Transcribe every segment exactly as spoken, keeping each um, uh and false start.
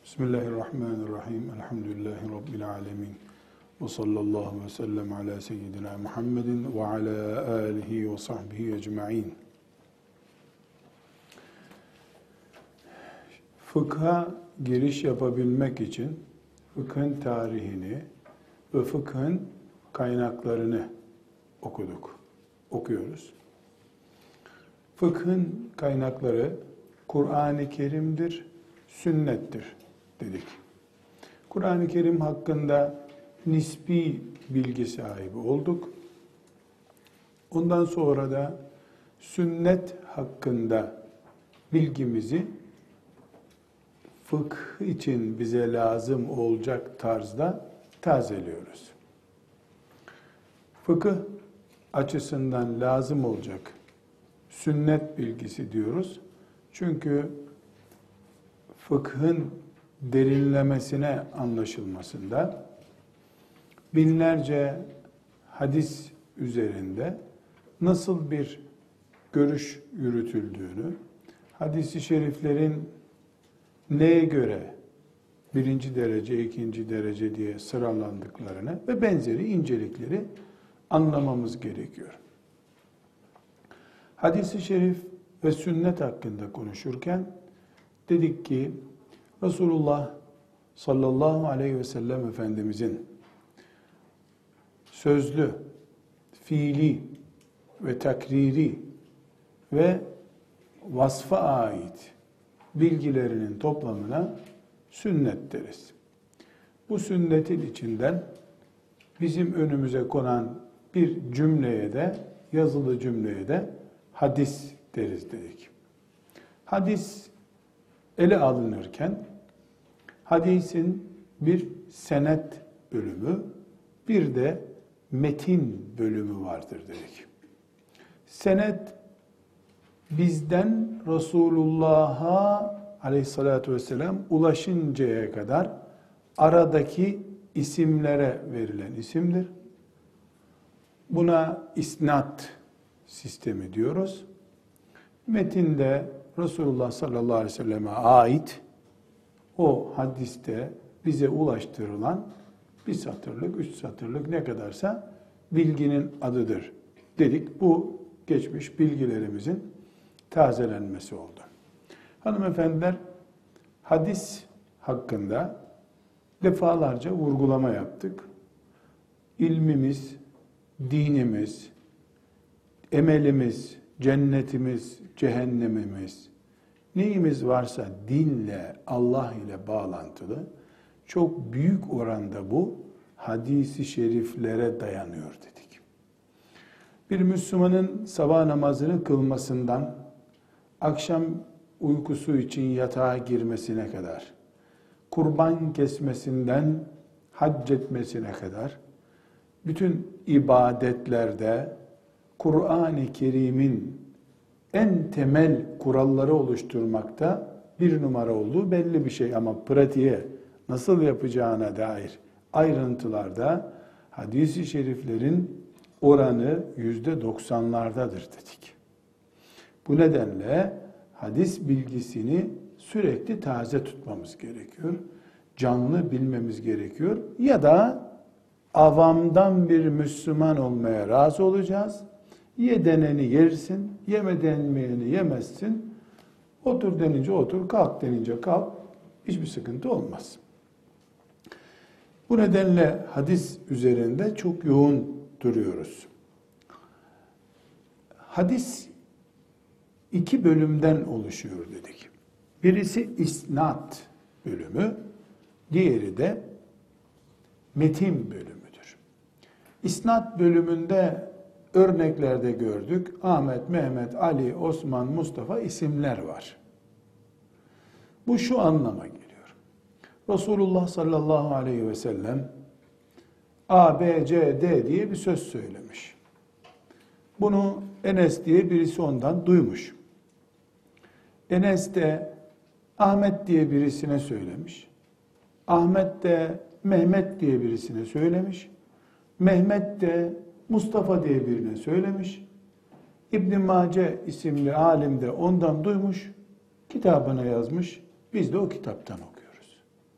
Bismillahirrahmanirrahim. Elhamdülillahi Rabbil alemin. Ve sallallahu ve sellem ala seyyidina Muhammedin ve ala alihi ve sahbihi ecma'in. Fıkha giriş yapabilmek için fıkhın tarihini ve fıkhın kaynaklarını okuduk, okuyoruz. Fıkhın kaynakları Kur'an-ı Kerim'dir, sünnettir dedik. Kur'an-ı Kerim hakkında nisbi bilgi sahibi olduk. Ondan sonra da sünnet hakkında bilgimizi fıkh için bize lazım olacak tarzda tazeliyoruz. Fıkıh açısından lazım olacak sünnet bilgisi diyoruz. Çünkü fıkhın derinlemesine anlaşılmasında binlerce hadis üzerinde nasıl bir görüş yürütüldüğünü, hadis-i şeriflerin neye göre birinci derece, ikinci derece diye sıralandıklarını ve benzeri incelikleri anlamamız gerekiyor. Hadis-i şerif ve sünnet hakkında konuşurken dedik ki Resulullah sallallahu aleyhi ve sellem Efendimizin sözlü, fiili ve takriri ve vasfa ait bilgilerinin toplamına sünnet deriz. Bu sünnetin içinden bizim önümüze konan bir cümleye de, yazılı cümleye de hadis deriz dedik. Hadis ele alınırken hadisin bir senet bölümü, bir de metin bölümü vardır dedik. Senet bizden Resulullah'a aleyhissalatü vesselam ulaşıncaya kadar aradaki isimlere verilen isimdir. Buna isnat sistemi diyoruz. Metinde Resulullah sallallahu aleyhi ve selleme ait o hadiste bize ulaştırılan bir satırlık, üç satırlık ne kadarsa bilginin adıdır dedik. Bu geçmiş bilgilerimizin tazelenmesi oldu. Hanımefendiler, hadis hakkında defalarca vurgulama yaptık. İlmimiz, dinimiz, emelimiz, cennetimiz, cehennemimiz, neyimiz varsa dinle, Allah ile bağlantılı, çok büyük oranda bu hadis-i şeriflere dayanıyor dedik. Bir Müslümanın sabah namazını kılmasından, akşam uykusu için yatağa girmesine kadar, kurban kesmesinden hac etmesine kadar, bütün ibadetlerde Kur'an-ı Kerim'in en temel kuralları oluşturmakta bir numara olduğu belli bir şey ama pratiğe nasıl yapacağına dair ayrıntılarda hadis-i şeriflerin oranı yüzde doksanlardadır dedik. Bu nedenle hadis bilgisini sürekli taze tutmamız gerekiyor. Canlı bilmemiz gerekiyor. Ya da avamdan bir Müslüman olmaya razı olacağız. Ye deneni yersin, yeme denmeyeni yemezsin. Otur denince otur, kalk denince kalk. Hiçbir sıkıntı olmaz. Bu nedenle hadis üzerinde çok yoğun duruyoruz. Hadis iki bölümden oluşuyor dedik. Birisi isnat bölümü, diğeri de metin bölümüdür. İsnat bölümünde örneklerde gördük. Ahmet, Mehmet, Ali, Osman, Mustafa isimler var. Bu şu anlama geliyor. Resulullah sallallahu aleyhi ve sellem A, B, C, D diye bir söz söylemiş. Bunu Enes diye birisi ondan duymuş. Enes de Ahmet diye birisine söylemiş. Ahmet de Mehmet diye birisine söylemiş. Mehmet de Mustafa diye birine söylemiş. İbn-i Mace isimli alim de ondan duymuş, kitabına yazmış. Biz de o kitaptan okuyoruz.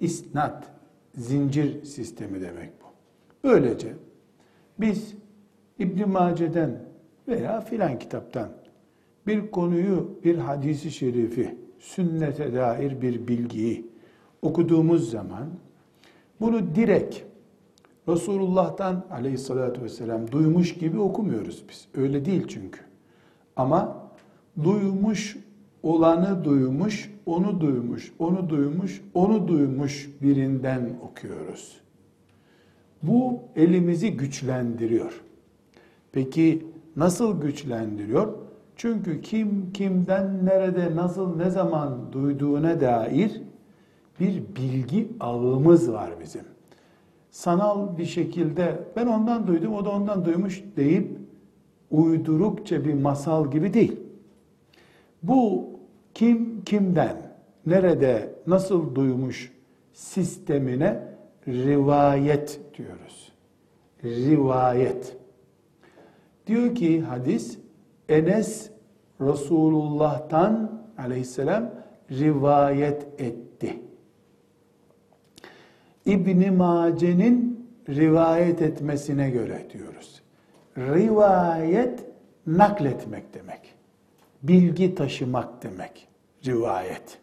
isnat, zincir sistemi demek bu. Böylece biz İbn Mace'den veya filan kitaptan bir konuyu, bir hadisi şerifi, sünnete dair bir bilgiyi okuduğumuz zaman bunu direkt Resulullah'tan aleyhissalatü vesselam duymuş gibi okumuyoruz biz. Öyle değil çünkü. Ama duymuş, olanı duymuş, onu duymuş, onu duymuş, onu duymuş birinden okuyoruz. Bu elimizi güçlendiriyor. Peki nasıl güçlendiriyor? Çünkü kim kimden nerede nasıl ne zaman duyduğuna dair bir bilgi ağımız var bizim. Sanal bir şekilde ben ondan duydum, o da ondan duymuş deyip uydurukça bir masal gibi değil. Bu kim kimden, nerede, nasıl duymuş sistemine rivayet diyoruz. Rivayet. Diyor ki hadis, Enes Resulullah'tan aleyhisselam rivayet etti. İbn-i Mace'nin rivayet etmesine göre diyoruz. Rivayet nakletmek demek. Bilgi taşımak demek. Rivayet.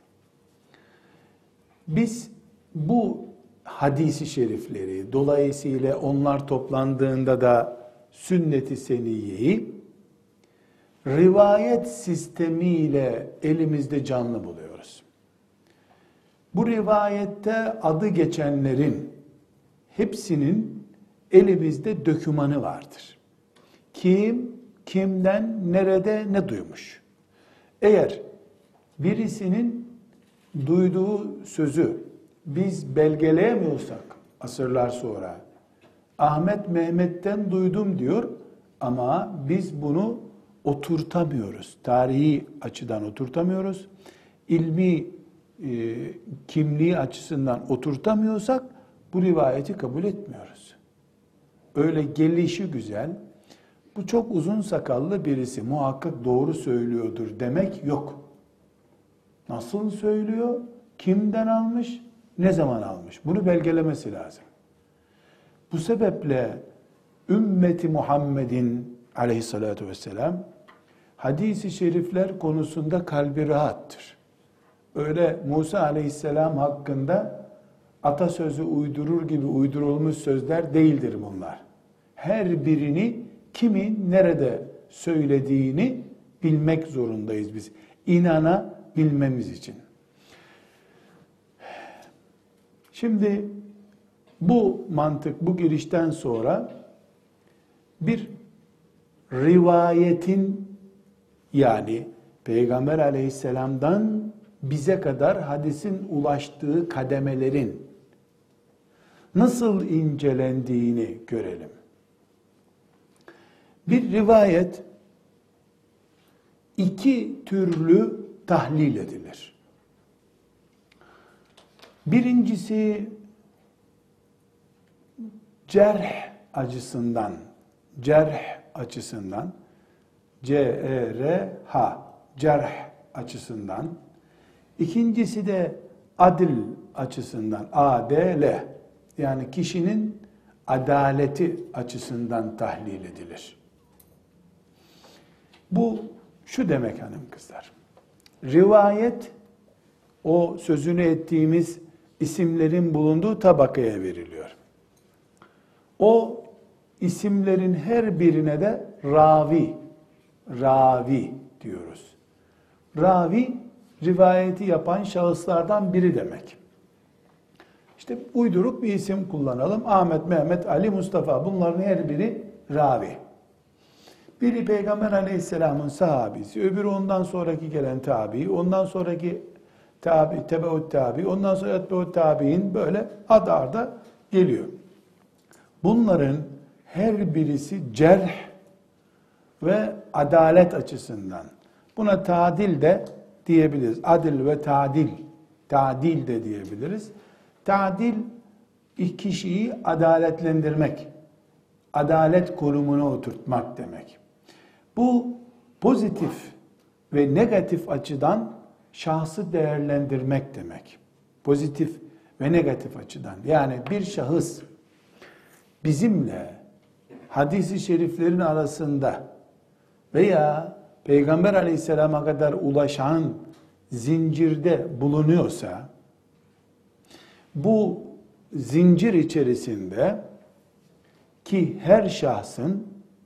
Biz bu hadisi şerifleri, dolayısıyla onlar toplandığında da sünnet-i seniyyeyi rivayet sistemiyle elimizde canlı buluyoruz. Bu rivayette adı geçenlerin hepsinin elimizde dokümanı vardır. Kim, kimden, nerede, ne duymuş? Eğer birisinin duyduğu sözü biz belgeleyemiyorsak asırlar sonra, Ahmet Mehmet'ten duydum diyor ama biz bunu oturtamıyoruz. Tarihi açıdan oturtamıyoruz. İlmi e, kimliği açısından oturtamıyorsak bu rivayeti kabul etmiyoruz. Öyle gelişi güzel, bu çok uzun sakallı birisi muhakkak doğru söylüyordur demek yok. Nasıl söylüyor? Kimden almış? Ne zaman almış? Bunu belgelemesi lazım. Bu sebeple ümmeti Muhammed'in aleyhissalatu vesselam hadis-i şerifler konusunda kalbi rahattır. Öyle Musa aleyhisselam hakkında atasözü uydurur gibi uydurulmuş sözler değildir bunlar. Her birini kimin nerede söylediğini bilmek zorundayız biz. İnanabilmemiz için. Şimdi bu mantık, bu girişten sonra bir rivayetin yani Peygamber aleyhisselamdan bize kadar hadisin ulaştığı kademelerin nasıl incelendiğini görelim. Bir rivayet iki türlü tahlil edilir. Birincisi cerh açısından, cerh açısından, C E R H, cerh açısından. İkincisi de adil açısından, A D L, yani kişinin adaleti açısından tahlil edilir. Bu şu demek hanım kızlar, rivayet o sözünü ettiğimiz isimlerin bulunduğu tabakaya veriliyor. O isimlerin her birine de ravi, ravi diyoruz. Ravi, rivayeti yapan şahıslardan biri demek. İşte uyduruk bir isim kullanalım. Ahmet, Mehmet, Ali, Mustafa, bunların her biri ravi. Biri Peygamber aleyhisselamın sahabisi, öbürü ondan sonraki gelen tabi, ondan sonraki tabi, tebeut tabi, ondan sonra etbeut tabi'in böyle ad arda geliyor. Bunların her birisi cerh ve adalet açısından. Buna tadil de diyebiliriz. Adil ve tadil. Tadil de diyebiliriz. Tadil kişiyi adaletlendirmek, adalet konumuna oturtmak demek. Bu pozitif ve negatif açıdan şahsı değerlendirmek demek. Pozitif ve negatif açıdan. Yani bir şahıs bizimle hadis-i şeriflerin arasında veya Peygamber aleyhisselama kadar ulaşan zincirde bulunuyorsa, bu zincir içerisinde ki her şahsın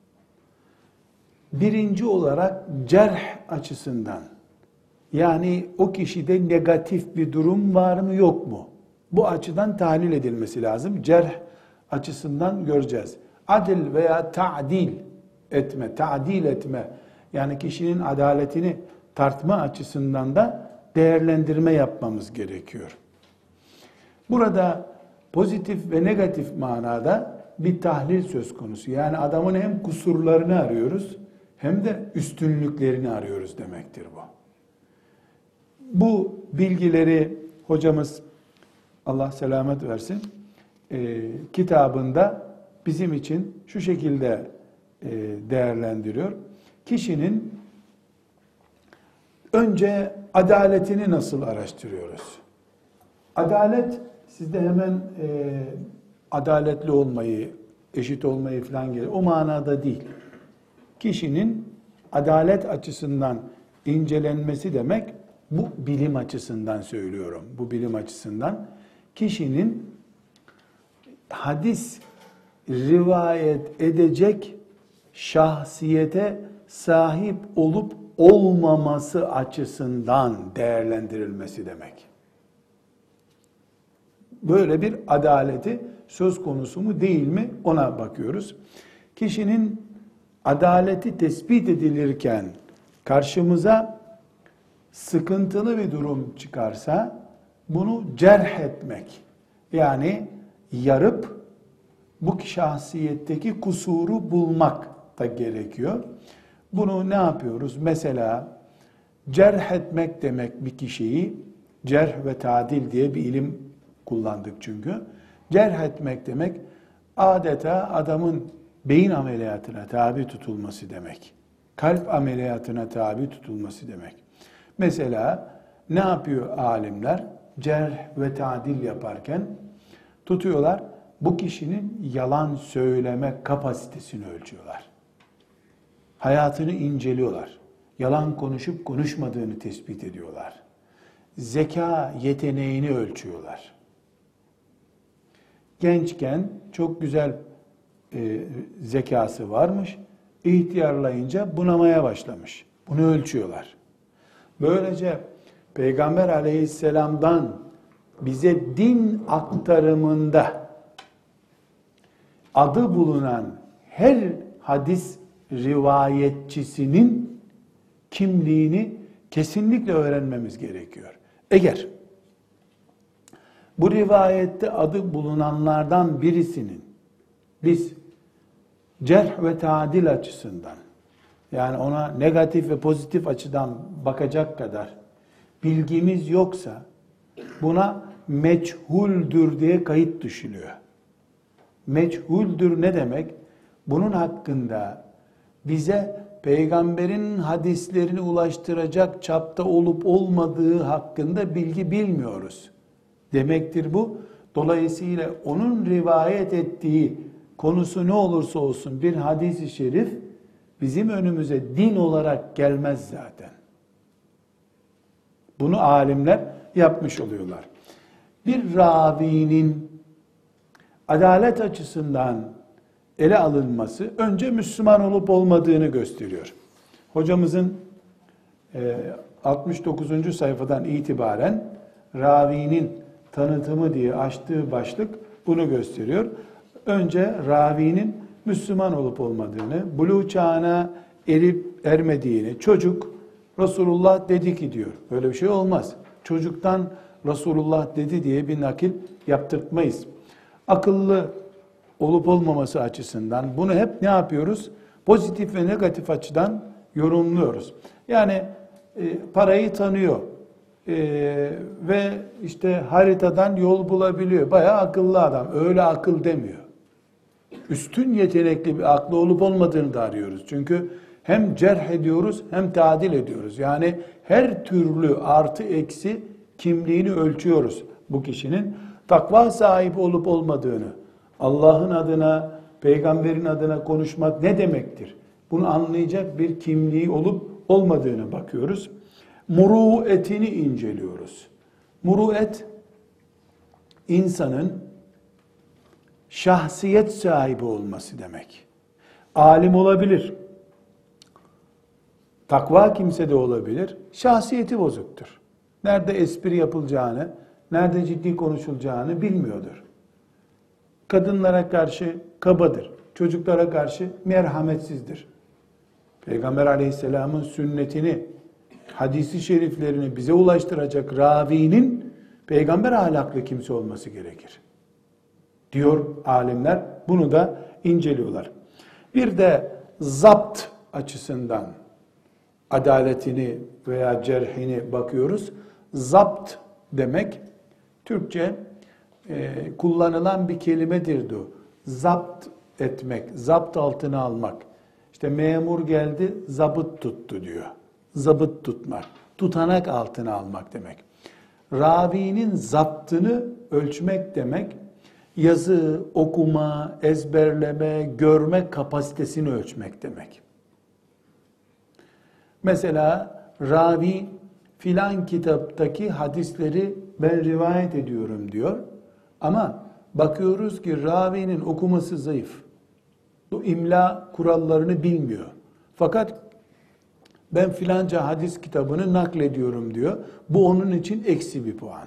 birinci olarak cerh açısından, yani o kişide negatif bir durum var mı yok mu? Bu açıdan tahlil edilmesi lazım. Cerh açısından göreceğiz. Adil veya ta'dil etme, ta'dil etme, yani kişinin adaletini tartma açısından da değerlendirme yapmamız gerekiyor. Burada pozitif ve negatif manada bir tahlil söz konusu. Yani adamın hem kusurlarını arıyoruz hem de üstünlüklerini arıyoruz demektir bu. Bu bilgileri hocamız, Allah selamet versin, e, kitabında bizim için şu şekilde e, değerlendiriyor. Kişinin önce adaletini nasıl araştırıyoruz? Adalet, sizde hemen e, adaletli olmayı, eşit olmayı falan gelir. O manada değil. Kişinin adalet açısından incelenmesi demek, bu bilim açısından söylüyorum. Bu bilim açısından kişinin hadis rivayet edecek şahsiyete sahip olup olmaması açısından değerlendirilmesi demek. Böyle bir adaleti söz konusu mu değil mi ona bakıyoruz. Kişinin adaleti tespit edilirken karşımıza sıkıntılı bir durum çıkarsa bunu cerh etmek, yani yarıp bu şahsiyetteki kusuru bulmak da gerekiyor. Bunu ne yapıyoruz? Mesela cerh etmek demek bir kişiyi, cerh ve tadil diye bir ilim kullandık çünkü. Cerh etmek demek adeta adamın beyin ameliyatına tabi tutulması demek. Kalp ameliyatına tabi tutulması demek. Mesela ne yapıyor alimler? Cerh ve tadil yaparken tutuyorlar, bu kişinin yalan söyleme kapasitesini ölçüyorlar. Hayatını inceliyorlar. Yalan konuşup konuşmadığını tespit ediyorlar. Zeka yeteneğini ölçüyorlar. Gençken çok güzel e, zekası varmış. İhtiyarlayınca bunamaya başlamış. Bunu ölçüyorlar. Böylece Peygamber aleyhisselamdan bize din aktarımında adı bulunan her hadis rivayetçisinin kimliğini kesinlikle öğrenmemiz gerekiyor. Eğer bu rivayette adı bulunanlardan birisinin biz cerh ve tadil açısından, yani ona negatif ve pozitif açıdan bakacak kadar bilgimiz yoksa buna meçhuldür diye kayıt düşülüyor. Meçhuldür ne demek? Bunun hakkında bize peygamberin hadislerini ulaştıracak çapta olup olmadığı hakkında bilgi bilmiyoruz demektir bu. Dolayısıyla onun rivayet ettiği konusu ne olursa olsun bir hadis-i şerif bizim önümüze din olarak gelmez zaten. Bunu alimler yapmış oluyorlar. Bir ravinin adalet açısından ele alınması önce Müslüman olup olmadığını gösteriyor. Hocamızın altmış dokuzuncu sayfadan itibaren ravinin tanıtımı diye açtığı başlık bunu gösteriyor. Önce ravinin Müslüman olup olmadığını, buluğ çağına erip ermediğini, çocuk Resulullah dedi ki diyor. Böyle bir şey olmaz. Çocuktan Resulullah dedi diye bir nakil yaptırtmayız. Akıllı olup olmaması açısından bunu hep ne yapıyoruz? Pozitif ve negatif açıdan yorumluyoruz. Yani e, parayı tanıyor e, ve işte haritadan yol bulabiliyor. Bayağı akıllı adam. Öyle akıl demiyor. Üstün yetenekli bir aklı olup olmadığını da arıyoruz. Çünkü hem cerh ediyoruz hem tadil ediyoruz. Yani her türlü artı eksi kimliğini ölçüyoruz bu kişinin. Takva sahibi olup olmadığını, Allah'ın adına, peygamberin adına konuşmak ne demektir? Bunu anlayacak bir kimliği olup olmadığına bakıyoruz. Muruetini inceliyoruz. Muruet, insanın şahsiyet sahibi olması demek. Alim olabilir. Takva kimse de olabilir. Şahsiyeti bozuktur. Nerede espri yapılacağını, nerede ciddi konuşulacağını bilmiyordur. Kadınlara karşı kabadır. Çocuklara karşı merhametsizdir. Peygamber aleyhisselamın sünnetini, hadisi şeriflerini bize ulaştıracak ravinin peygamber ahlaklı kimse olması gerekir diyor alimler. Bunu da inceliyorlar. Bir de zapt açısından adaletini veya cerhini bakıyoruz. Zapt demek Türkçe e, kullanılan bir kelimedir bu. Zapt etmek, zapt altına almak. İşte memur geldi, zabıt tuttu diyor. Zabıt tutmak, tutanak altına almak demek. Ravinin zaptını ölçmek demek, yazı, okuma, ezberleme, görme kapasitesini ölçmek demek. Mesela ravi filan kitaptaki hadisleri ben rivayet ediyorum diyor. Ama bakıyoruz ki ravinin okuması zayıf. Bu imla kurallarını bilmiyor. Fakat ben filanca hadis kitabını naklediyorum diyor. Bu onun için eksi bir puan.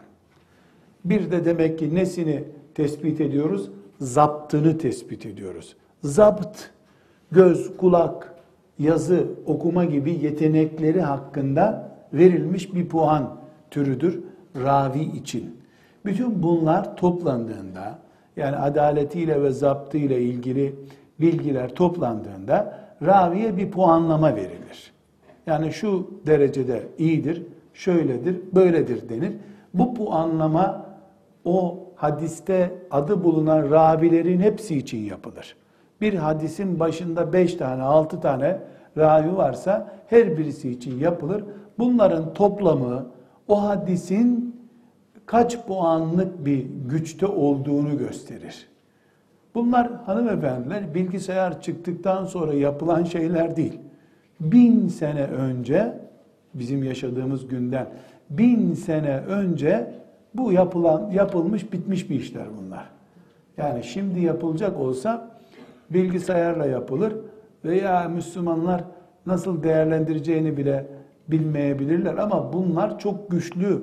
Bir de demek ki nesini tespit ediyoruz? Zaptını tespit ediyoruz. Zapt, göz, kulak, yazı, okuma gibi yetenekleri hakkında verilmiş bir puan türüdür ravi için. Bütün bunlar toplandığında, yani adaletiyle ve zaptıyla ilgili bilgiler toplandığında raviye bir puanlama verilir. Yani şu derecede iyidir, şöyledir, böyledir denir. Bu puanlama o hadiste adı bulunan ravilerin hepsi için yapılır. Bir hadisin başında beş tane, altı tane ravi varsa her birisi için yapılır. Bunların toplamı o hadisin kaç puanlık bir güçte olduğunu gösterir. Bunlar hanımefendiler bilgisayar çıktıktan sonra yapılan şeyler değil. Bin sene önce, bizim yaşadığımız günden bin sene önce bu yapılan, yapılmış, bitmiş bir işler bunlar. Yani şimdi yapılacak olsa bilgisayarla yapılır veya Müslümanlar nasıl değerlendireceğini bile bilmeyebilirler. Ama bunlar çok güçlü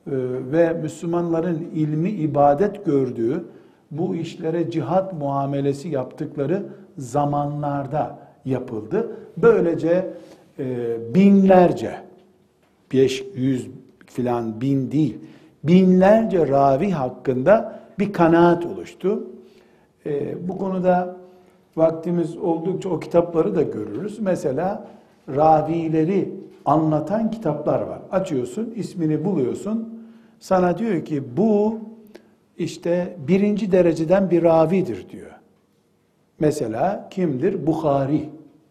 ve Müslümanların ilmi ibadet gördüğü, bu işlere cihat muamelesi yaptıkları zamanlarda yapıldı. Böylece e, binlerce, beş yüz filan bin değil, binlerce ravi hakkında bir kanaat oluştu. E, bu konuda vaktimiz oldukça o kitapları da görürüz. Mesela ravileri anlatan kitaplar var. Açıyorsun, ismini buluyorsun. Sana diyor ki bu işte birinci dereceden bir ravidir diyor. Mesela kimdir? Bukhari.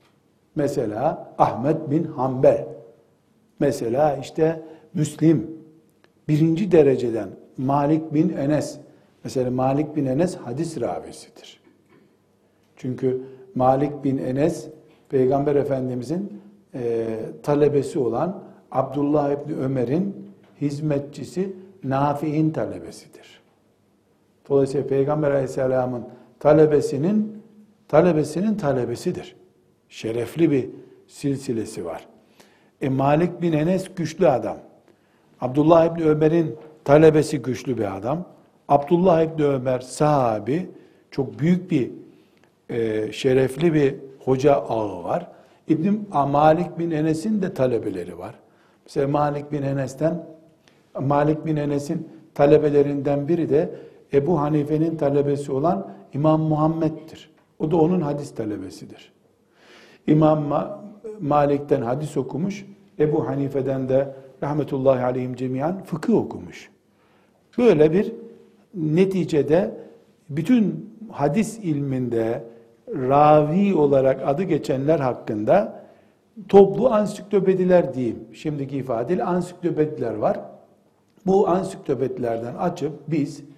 Mesela Ahmet bin Hanbel. Mesela işte Müslim. Birinci dereceden Malik bin Enes. Mesela Malik bin Enes hadis ravisidir. Çünkü Malik bin Enes Peygamber Efendimizin e, talebesi olan Abdullah İbni Ömer'in hizmetçisi Nafi'in talebesidir. Dolayısıyla Peygamber Aleyhisselam'ın talebesinin talebesinin talebesidir. Şerefli bir silsilesi var. E Malik bin Enes güçlü adam. Abdullah İbni Ömer'in talebesi güçlü bir adam. Abdullah İbni Ömer sahabi, çok büyük bir e, şerefli bir hoca ağı var. İbn Malik bin Enes'in de talebeleri var. Mesela Malik bin Enes'ten Malik bin Enes'in talebelerinden biri de Ebu Hanife'nin talebesi olan İmam Muhammed'dir. O da onun hadis talebesidir. İmam Malik'ten hadis okumuş, Ebu Hanife'den de rahmetullahi aleyhim cemiyan fıkıh okumuş. Böyle bir neticede bütün hadis ilminde ravi olarak adı geçenler hakkında toplu ansiklopediler diyeyim. Şimdiki ifadeyle ansiklopediler var. Bu ansiklopedilerden açıp biz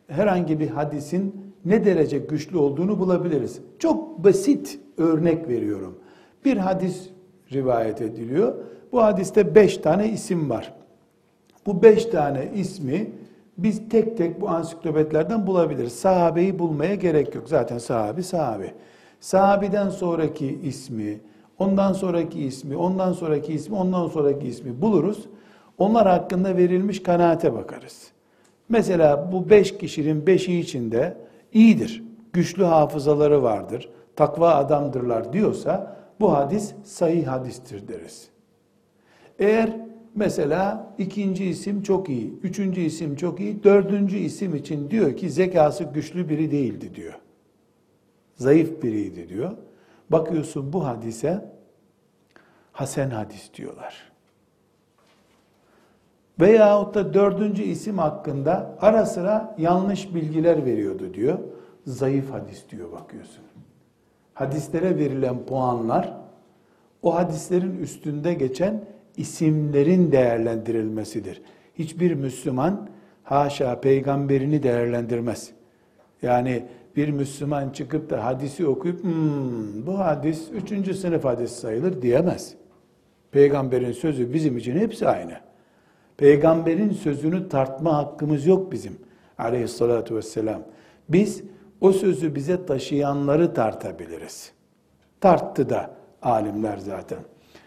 herhangi bir hadisin ne derece güçlü olduğunu bulabiliriz. Çok basit örnek veriyorum. Bir hadis rivayet ediliyor. Bu hadiste beş tane isim var. Bu beş tane ismi biz tek tek bu ansiklopedilerden bulabiliriz. Sahabeyi bulmaya gerek yok. Zaten sahabi sahabi. Sahabiden sonraki ismi, ondan sonraki ismi, ondan sonraki ismi, ondan sonraki ismi buluruz. Onlar hakkında verilmiş kanaate bakarız. Mesela bu beş kişinin beşi içinde iyidir, güçlü hafızaları vardır, takva adamdırlar diyorsa bu hadis sahih hadistir deriz. Eğer mesela ikinci isim çok iyi, üçüncü isim çok iyi, dördüncü isim için diyor ki zekası güçlü biri değildi diyor. Zayıf biriydi diyor. Bakıyorsun bu hadise hasen hadis diyorlar. Veyahut da dördüncü isim hakkında ara sıra yanlış bilgiler veriyordu diyor. Zayıf hadis diyor bakıyorsun. Hadislere verilen puanlar o hadislerin üstünde geçen isimlerin değerlendirilmesidir. Hiçbir Müslüman haşa peygamberini değerlendirmez. Yani bir Müslüman çıkıp da hadisi okuyup hmm, bu hadis üçüncü sınıf hadis sayılır diyemez. Peygamberin sözü bizim için hepsi aynı. Peygamberin sözünü tartma hakkımız yok bizim aleyhissalatu vesselam. Biz o sözü bize taşıyanları tartabiliriz. Tarttı da alimler zaten.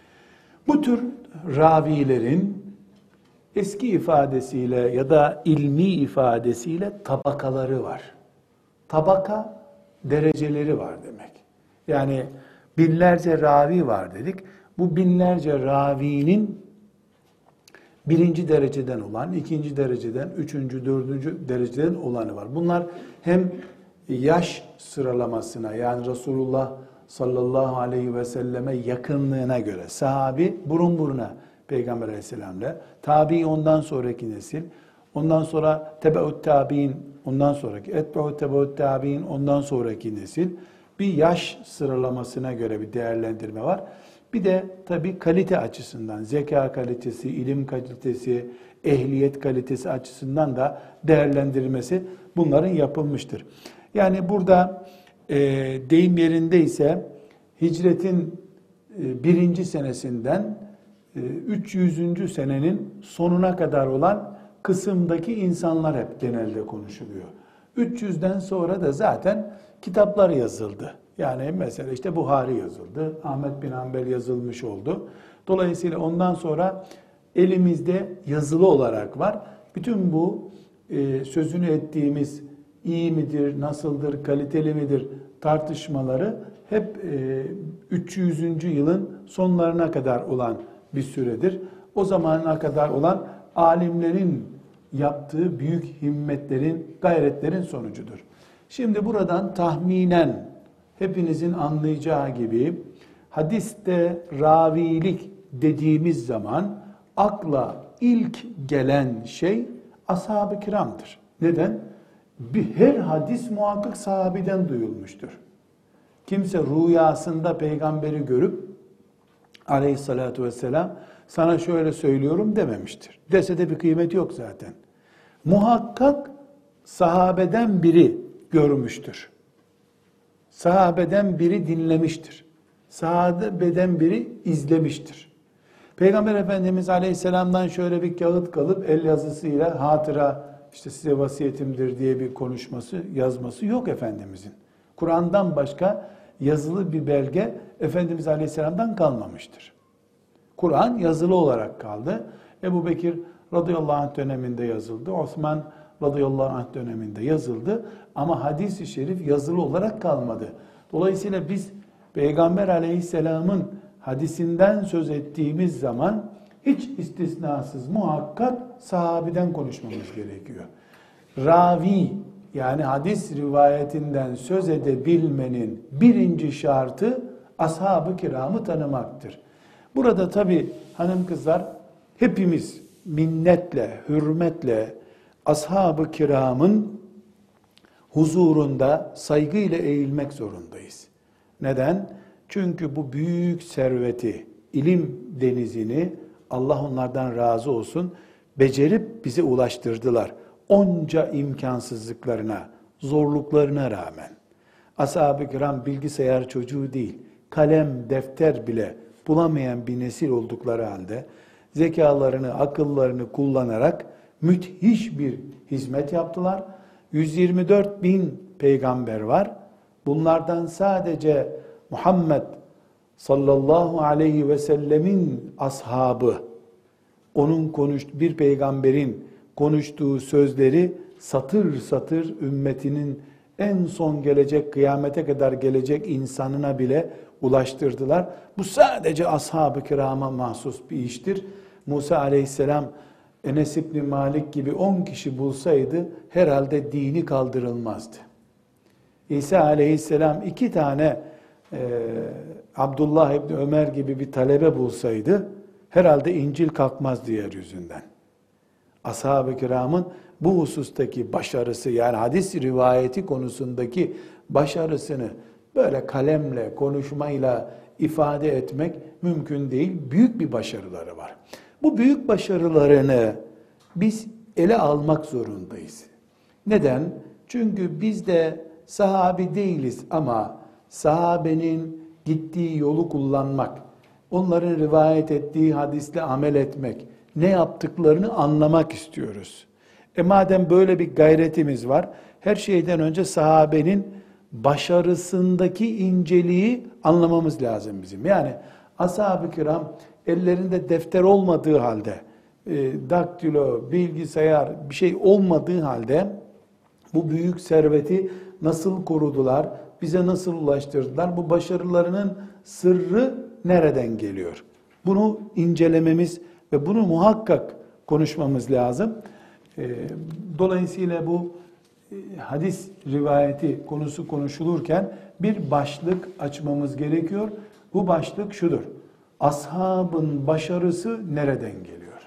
Bu tür ravilerin eski ifadesiyle ya da ilmi ifadesiyle tabakaları var. Tabaka dereceleri var demek. Yani binlerce ravi var dedik. Bu binlerce ravinin birinci dereceden olan, ikinci dereceden, üçüncü, dördüncü dereceden olanı var. Bunlar hem yaş sıralamasına yani Resulullah sallallahu aleyhi ve selleme yakınlığına göre sahabi burun buruna Peygamber aleyhisselamla, tabi ondan sonraki nesil, ondan sonra tebeut tabi'in ondan sonraki, etbeut tebeut tabi'in ondan sonraki nesil bir yaş sıralamasına göre bir değerlendirme var. Bir de tabii kalite açısından, zeka kalitesi, ilim kalitesi, ehliyet kalitesi açısından da değerlendirilmesi bunların yapılmıştır. Yani burada e, deyim yerindeyse hicretin e, birinci senesinden e, üç yüzüncü senenin sonuna kadar olan kısımdaki insanlar hep genelde konuşuluyor. üç yüzden sonra da zaten kitaplar yazıldı. Yani mesela işte Buhari yazıldı, Ahmet bin Hanbel yazılmış oldu. Dolayısıyla ondan sonra elimizde yazılı olarak var. Bütün bu e, sözünü ettiğimiz iyi midir, nasıldır, kaliteli midir tartışmaları hep e, üç yüzüncü yılın sonlarına kadar olan bir süredir. O zamana kadar olan alimlerin yaptığı büyük himmetlerin, gayretlerin sonucudur. Şimdi buradan tahminen hepinizin anlayacağı gibi hadiste ravilik dediğimiz zaman akla ilk gelen şey ashab-ı kiramdır. Neden? Bir, her hadis muhakkak sahabeden duyulmuştur. Kimse rüyasında peygamberi görüp aleyhissalatu vesselam sana şöyle söylüyorum dememiştir. Dese de bir kıymeti yok zaten. Muhakkak sahabeden biri görmüştür. Sahabeden biri dinlemiştir. Sahabeden biri izlemiştir. Peygamber Efendimiz Aleyhisselam'dan şöyle bir kağıt kalıp el yazısıyla hatıra işte size vasiyetimdir diye bir konuşması, yazması yok Efendimizin. Kur'an'dan başka yazılı bir belge Efendimiz Aleyhisselam'dan kalmamıştır. Kur'an yazılı olarak kaldı. Ebu Bekir radıyallahu anh döneminde yazıldı. Osman radıyallahu anh döneminde yazıldı. Ama hadis-i şerif yazılı olarak kalmadı. Dolayısıyla biz Peygamber aleyhisselamın hadisinden söz ettiğimiz zaman hiç istisnasız muhakkak sahabiden konuşmamız gerekiyor. Ravi yani hadis rivayetinden söz edebilmenin birinci şartı ashab-ı kiramı tanımaktır. Burada tabi hanım kızlar hepimiz minnetle, hürmetle ashab-ı kiramın huzurunda saygıyla eğilmek zorundayız. Neden? Çünkü bu büyük serveti, ilim denizini Allah onlardan razı olsun becerip bize ulaştırdılar. onca imkansızlıklarına, zorluklarına rağmen, ashab-ı kiram bilgisayar çocuğu değil, kalem, defter bile bulamayan bir nesil oldukları halde, zekalarını, akıllarını kullanarak müthiş bir hizmet yaptılar. yüz yirmi dört bin peygamber var. Bunlardan sadece Muhammed sallallahu aleyhi ve sellemin ashabı, onun konuş bir peygamberin konuştuğu sözleri satır satır ümmetinin en son gelecek, kıyamete kadar gelecek insanına bile ulaştırdılar. Bu sadece ashab-ı kirama mahsus bir iştir. Musa aleyhisselam Enes İbni Malik gibi on kişi bulsaydı herhalde dini kaldırılmazdı. İsa aleyhisselam iki tane e, Abdullah İbni Ömer gibi bir talebe bulsaydı herhalde İncil kalkmazdı yeryüzünden. Ashab-ı kiramın bu husustaki başarısı, yani hadis rivayeti konusundaki başarısını böyle kalemle, konuşmayla ifade etmek mümkün değil. Büyük bir başarıları var. Bu büyük başarılarını biz ele almak zorundayız. Neden? Çünkü biz de sahabi değiliz ama sahabenin gittiği yolu kullanmak, onların rivayet ettiği hadisle amel etmek, ne yaptıklarını anlamak istiyoruz. E madem böyle bir gayretimiz var, her şeyden önce sahabenin başarısındaki inceliği anlamamız lazım bizim. Yani ashab-ı kiram ellerinde defter olmadığı halde, e, daktilo, bilgisayar bir şey olmadığı halde bu büyük serveti nasıl korudular, bize nasıl ulaştırdılar, bu başarılarının sırrı nereden geliyor? Bunu incelememiz ve bunu muhakkak konuşmamız lazım. Dolayısıyla bu hadis rivayeti konusu konuşulurken bir başlık açmamız gerekiyor. Bu başlık şudur: ashabın başarısı nereden geliyor?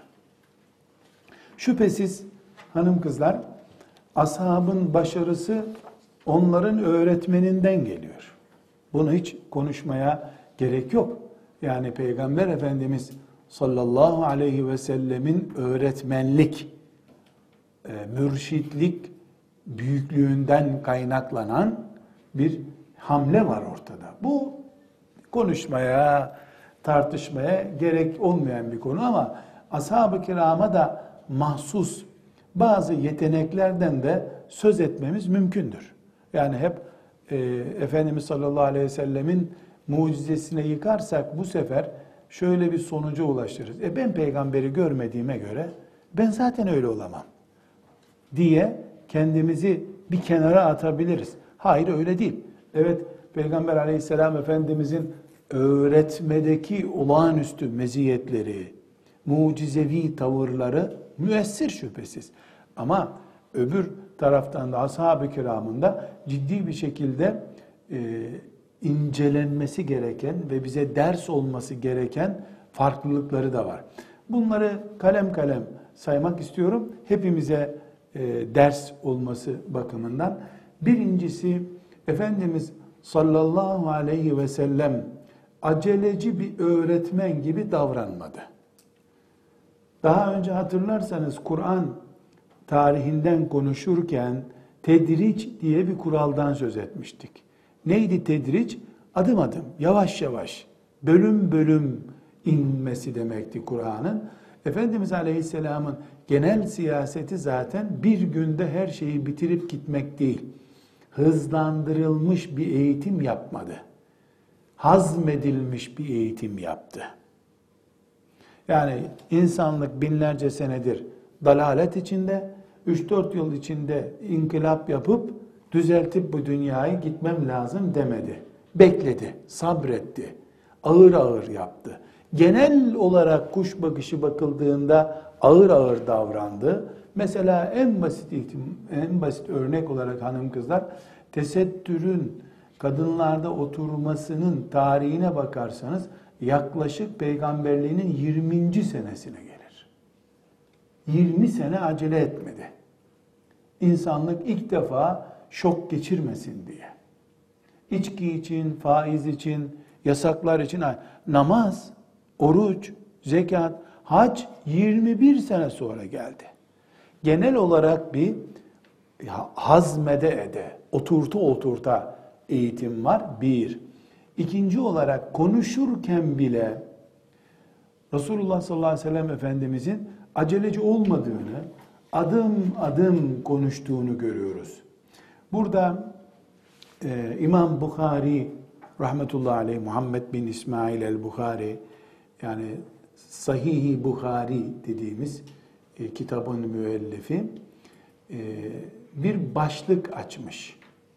Şüphesiz hanım kızlar, ashabın başarısı onların öğretmeninden geliyor. Bunu hiç konuşmaya gerek yok. Yani Peygamber Efendimiz sallallahu aleyhi ve sellemin öğretmenlik, e, mürşitlik büyüklüğünden kaynaklanan bir hamle var ortada. Bu konuşmaya, tartışmaya gerek olmayan bir konu ama ashab-ı kirama da mahsus bazı yeteneklerden de söz etmemiz mümkündür. Yani hep e, Efendimiz sallallahu aleyhi ve sellemin mucizesine yıkarsak bu sefer şöyle bir sonuca ulaşırız. E ben peygamberi görmediğime göre ben zaten öyle olamam diye kendimizi bir kenara atabiliriz. Hayır, öyle değil. Evet, Peygamber aleyhisselam Efendimizin öğretmedeki olağanüstü meziyetleri, mucizevi tavırları müessir şüphesiz. Ama öbür taraftan da ashab-ı kiramın da ciddi bir şekilde e, incelenmesi gereken ve bize ders olması gereken farklılıkları da var. Bunları kalem kalem saymak istiyorum. Hepimize e, ders olması bakımından. Birincisi, Efendimiz sallallahu aleyhi ve sellem aceleci bir öğretmen gibi davranmadı. Daha önce hatırlarsanız Kur'an tarihinden konuşurken tedriç diye bir kuraldan söz etmiştik. Neydi tedriç? Adım adım, yavaş yavaş, bölüm bölüm inmesi demekti Kur'an'ın. Efendimiz Aleyhisselam'ın genel siyaseti zaten bir günde her şeyi bitirip gitmek değil. Hızlandırılmış bir eğitim yapmadı. Hazmedilmiş bir eğitim yaptı. Yani insanlık binlerce senedir dalalet içinde, üç dört yıl içinde inkılap yapıp düzeltip bu dünyayı gitmem lazım demedi. Bekledi, sabretti, ağır ağır yaptı. Genel olarak kuş bakışı bakıldığında ağır ağır davrandı. Mesela en basit ihtim, en basit örnek olarak hanım kızlar, tesettürün kadınlarda oturmasının tarihine bakarsanız yaklaşık peygamberliğinin yirminci senesine gelir. yirmi sene acele etmedi. İnsanlık ilk defa şok geçirmesin diye. İçki için, faiz için, yasaklar için, namaz, oruç, zekat, hac yirmi bir sene sonra geldi. genel olarak bir hazmede ede, oturta oturta eğitim var. Bir. İkinci olarak konuşurken bile Resulullah sallallahu aleyhi ve sellem Efendimizin aceleci olmadığını, adım adım konuştuğunu görüyoruz. Burada e, İmam Bukhari rahmetullahi aleyh, Muhammed bin İsmail el-Bukhari, yani Sahih-i Bukhari dediğimiz e, kitabın müellifi e, bir başlık açmış.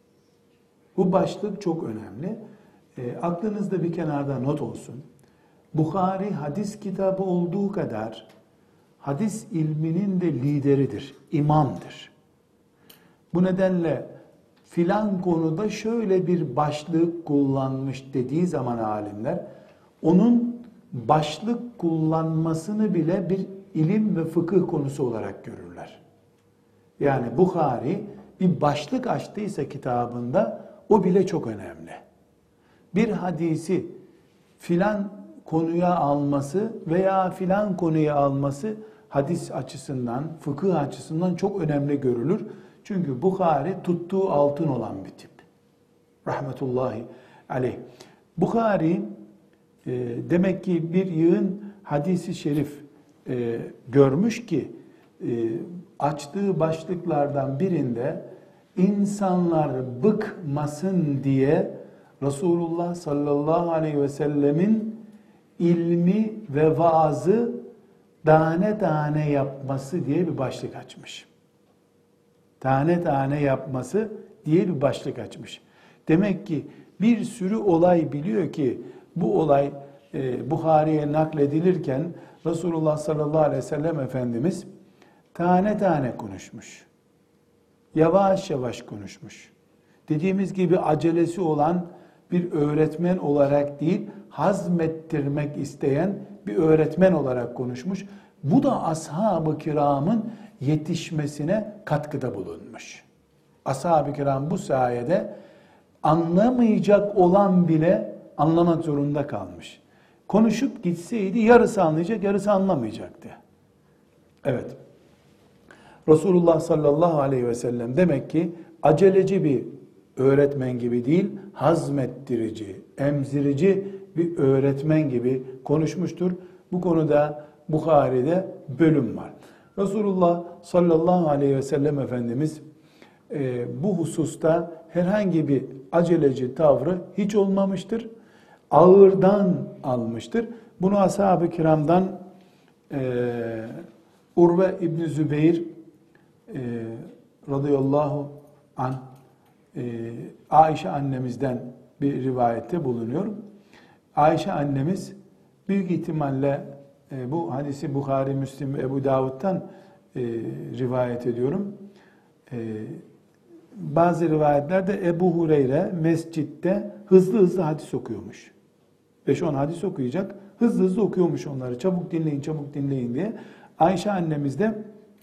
Bu başlık çok önemli. E, aklınızda bir kenarda not olsun. Bukhari hadis kitabı olduğu kadar hadis ilminin de lideridir, imamdır. Bu nedenle filan konuda şöyle bir başlık kullanmış dediği zaman alimler, onun başlık kullanmasını bile bir ilim ve fıkıh konusu olarak görürler. Yani Bukhari bir başlık açtıysa kitabında o bile çok önemli. Bir hadisi filan konuya alması veya filan konuya alması hadis açısından, fıkıh açısından çok önemli görülür. Çünkü Bukhari tuttuğu altın olan bir tip. Rahmetullahi aleyh. Bukhari e, demek ki bir yığın hadisi şerif e, görmüş ki e, açtığı başlıklardan birinde insanlar bıkmasın diye Resulullah sallallahu aleyhi ve sellemin ilmi ve vaazı tane tane yapması diye bir başlık açmış. Tane tane yapması diye bir başlık açmış. Demek ki bir sürü olay biliyor ki bu olay e, Bukhari'ye nakledilirken Resulullah sallallahu aleyhi ve sellem Efendimiz tane tane konuşmuş. Yavaş yavaş konuşmuş. Dediğimiz gibi acelesi olan bir öğretmen olarak değil, hazmettirmek isteyen bir öğretmen olarak konuşmuş. Bu da ashab-ı kiramın yetişmesine katkıda bulunmuş. Ashab-ı kiram bu sayede anlamayacak olan bile anlamak zorunda kalmış. Konuşup gitseydi yarısı anlayacak, yarısı anlamayacaktı. Evet. Resulullah sallallahu aleyhi ve sellem demek ki aceleci bir öğretmen gibi değil, hazmettirici, emzirici bir öğretmen gibi konuşmuştur. Bu konuda Bukhari'de bölüm var. Resulullah sallallahu aleyhi ve sellem Efendimiz e, bu hususta herhangi bir aceleci tavrı hiç olmamıştır. Ağırdan almıştır. Bunu ashab-ı kiramdan e, Urve İbni Zübeyir e, radıyallahu anh e, Ayşe annemizden bir rivayette bulunuyor. Ayşe annemiz büyük ihtimalle e, bu hadisi Bukhari, Müslim ve Ebu Davud'dan e, rivayet ediyorum. E, bazı rivayetlerde Ebu Hureyre mescitte hızlı hızlı hadis okuyormuş. beş on hadis okuyacak. Hızlı hızlı okuyormuş onları. Çabuk dinleyin, çabuk dinleyin diye. Ayşe annemiz de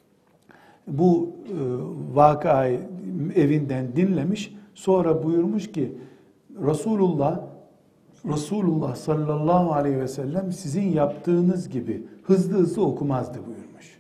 bu e, vakayı evinden dinlemiş. Sonra buyurmuş ki Resulullah Resulullah sallallahu aleyhi ve sellem sizin yaptığınız gibi hızlı hızlı okumazdı buyurmuş.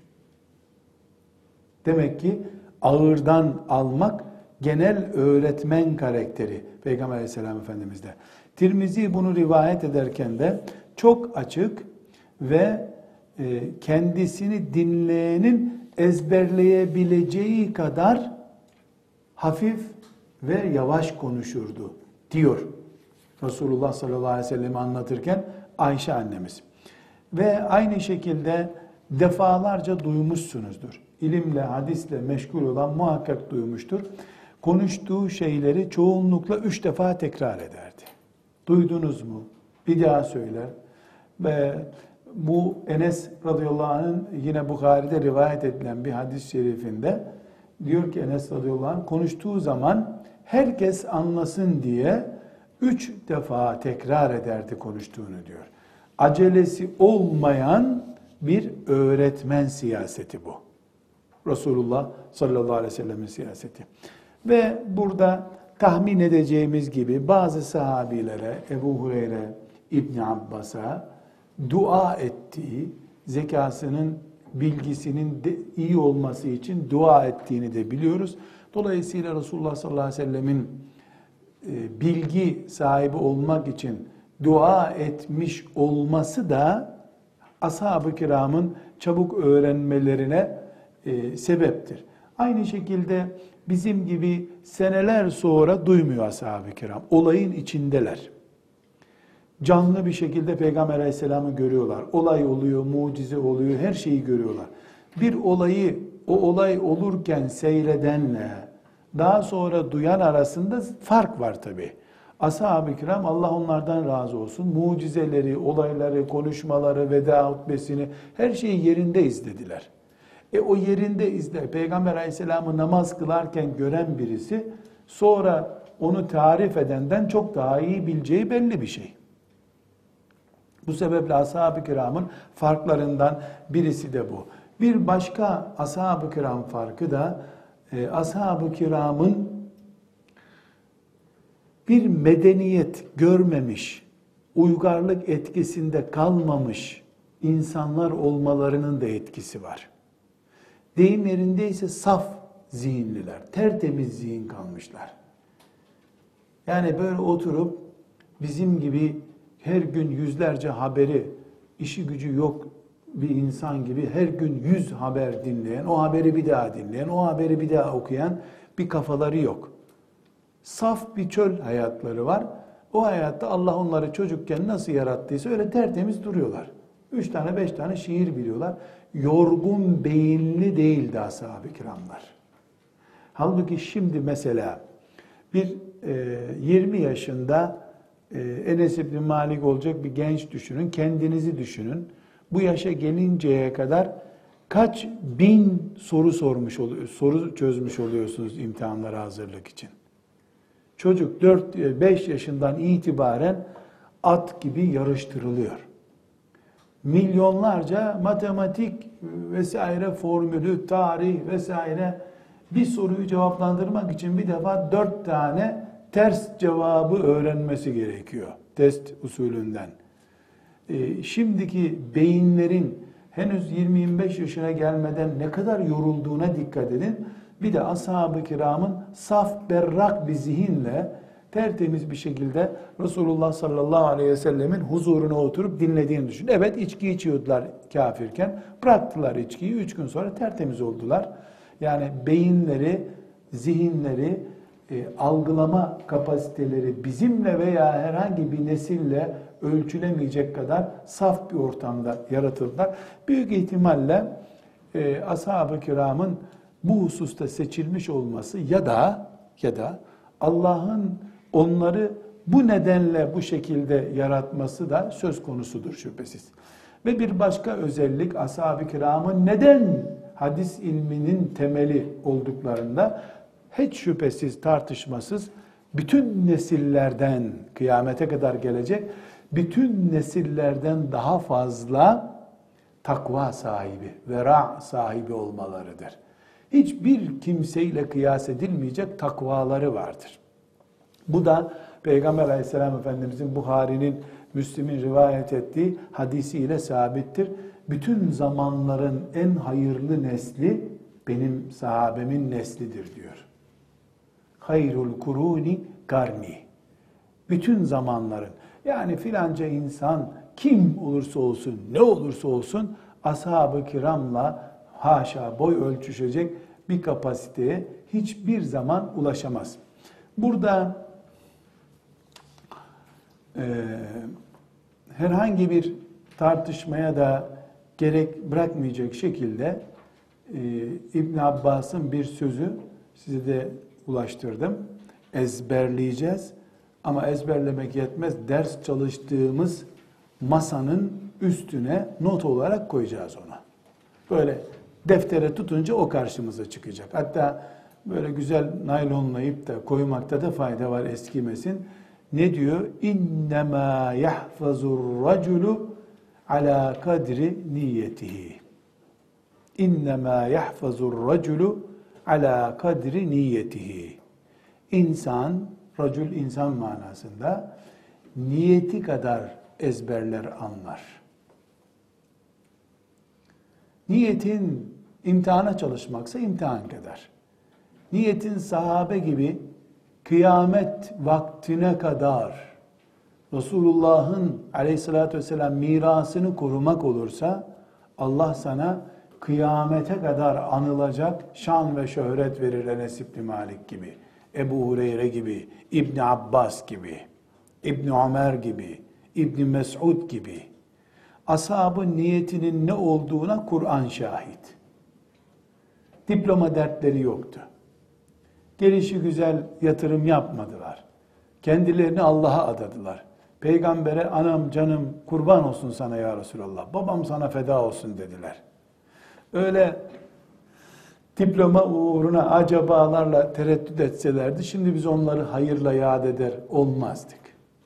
Demek ki ağırdan almak genel öğretmen karakteri Peygamber aleyhisselam Efendimiz'de. Tirmizi bunu rivayet ederken de çok açık ve kendisini dinleyenin ezberleyebileceği kadar hafif ve yavaş konuşurdu diyor Resulullah sallallahu aleyhi ve sellem'i anlatırken Ayşe annemiz. Ve aynı şekilde defalarca duymuşsunuzdur. İlimle, hadisle meşgul olan muhakkak duymuştur. Konuştuğu şeyleri çoğunlukla üç defa tekrar ederdi. Duydunuz mu? Bir daha söyler. Ve bu Enes radıyallahu anh'ın yine Bukhari'de rivayet edilen bir hadis-i şerifinde diyor ki Enes radıyallahu anh konuştuğu zaman herkes anlasın diye üç defa tekrar ederdi konuştuğunu diyor. Acelesi olmayan bir öğretmen siyaseti bu. Resulullah sallallahu aleyhi ve sellem'in siyaseti. Ve burada tahmin edeceğimiz gibi bazı sahabilere, Ebu Hureyre, İbn Abbas'a dua ettiği, zekasının bilgisinin de iyi olması için dua ettiğini de biliyoruz. Dolayısıyla Resulullah sallallahu aleyhi ve sellemin e, bilgi sahibi olmak için dua etmiş olması da ashab-ı kiramın çabuk öğrenmelerine e, sebeptir. Aynı şekilde bizim gibi seneler sonra duymuyor ashab-ı kiram. Olayın içindeler. Canlı bir şekilde Peygamber aleyhisselamı görüyorlar. Olay oluyor, mucize oluyor, her şeyi görüyorlar. Bir olayı o olay olurken seyredenle daha sonra duyan arasında fark var tabii. Ashab-ı kiram, Allah onlardan razı olsun, mucizeleri, olayları, konuşmaları, veda hutbesini, her şeyi yerinde izlediler. E o yerinde izle, Peygamber aleyhisselamı namaz kılarken gören birisi, sonra onu tarif edenden çok daha iyi bileceği belli bir şey. Bu sebeple ashab-ı kiramın farklarından birisi de bu. Bir başka ashab-ı kiram farkı da, e, ashab-ı kiramın bir medeniyet görmemiş, uygarlık etkisinde kalmamış insanlar olmalarının da etkisi var. Deyim yerindeyse saf zihinliler, tertemiz zihin kalmışlar. Yani böyle oturup bizim gibi her gün yüzlerce haberi, işi gücü yok bir insan gibi her gün yüz haber dinleyen, o haberi bir daha dinleyen, o haberi bir daha okuyan bir kafaları yok. Saf bir çöl hayatları var. O hayatta Allah onları çocukken nasıl yarattıysa öyle tertemiz duruyorlar. Üç tane beş tane şiir biliyorlar. Yorgun beyinli değildi ashab-ı kiramlar. Halbuki şimdi mesela bir e, yirmi yaşında e, Enes İbni Malik olacak bir genç düşünün. Kendinizi düşünün. Bu yaşa gelinceye kadar kaç bin soru sormuş oluyor, soru çözmüş oluyorsunuz imtihanlara hazırlık için. Çocuk dört beş yaşından itibaren at gibi yarıştırılıyor. Milyonlarca matematik vesaire formülü, tarih vesaire bir soruyu cevaplandırmak için bir defa dört tane ters cevabı öğrenmesi gerekiyor. Test usulünden. Ee, şimdiki beyinlerin henüz yirmi yirmi beş yaşına gelmeden ne kadar yorulduğuna dikkat edin. Bir de ashab-ı kiramın saf, berrak bir zihinle tertemiz bir şekilde Resulullah sallallahu aleyhi ve sellemin huzuruna oturup dinlediğini düşün. Evet, içki içiyordular kafirken, bıraktılar içkiyi, üç gün sonra tertemiz oldular. Yani beyinleri, zihinleri, e, algılama kapasiteleri bizimle veya herhangi bir nesille ölçülemeyecek kadar saf bir ortamda yaratıldılar. Büyük ihtimalle e, ashab-ı kiramın bu hususta seçilmiş olması ya da ya da Allah'ın onları bu nedenle bu şekilde yaratması da söz konusudur şüphesiz. Ve bir başka özellik ashab-ı kiramın neden hadis ilminin temeli olduklarında hiç şüphesiz, tartışmasız bütün nesillerden kıyamete kadar gelecek bütün nesillerden daha fazla takva sahibi, vera sahibi olmalarıdır. Hiçbir kimseyle kıyas edilmeyecek takvaları vardır. Bu da Peygamber aleyhisselam Efendimizin Buhari'nin, Müslim'in rivayet ettiği hadisiyle sabittir. Bütün zamanların en hayırlı nesli benim sahabemin neslidir diyor. Hayrul kuruni karni. Bütün zamanların, yani filanca insan kim olursa olsun, ne olursa olsun ashab-ı kiramla haşa boy ölçüşecek bir kapasiteye hiçbir zaman ulaşamaz. Burada e, herhangi bir tartışmaya da gerek bırakmayacak şekilde e, İbn Abbas'ın bir sözü size de ulaştırdım. Ezberleyeceğiz ama ezberlemek yetmez. Ders çalıştığımız masanın üstüne not olarak koyacağız ona. Böyle deftere tutunca o karşımıza çıkacak. Hatta böyle güzel naylonlayıp da koymakta da fayda var, eskimesin. Ne diyor? İnnemâ yahfazur raculu ala kadri niyetihi. İnnemâ yahfazur raculu ala kadri niyetihi. İnsan, racul insan manasında niyeti kadar ezberler, anlar. Niyetin imtihana çalışmaksa imtihan kadar. Niyetin sahabe gibi kıyamet vaktine kadar Resulullah'ın aleyhissalatü vesselam mirasını korumak olursa Allah sana kıyamete kadar anılacak şan ve şöhret verir. Enes İbni Malik gibi, Ebu Hureyre gibi, İbni Abbas gibi, İbni Ömer gibi, İbni Mes'ud gibi. Ashabın niyetinin ne olduğuna Kur'an şahit. Diploma dertleri yoktu. Gelişi güzel yatırım yapmadılar. Kendilerini Allah'a adadılar. Peygambere anam canım kurban olsun sana ya Resulallah, babam sana feda olsun dediler. Öyle diploma uğruna acabalarla tereddüt etselerdi, şimdi biz onları hayırla yad eder olmazdık.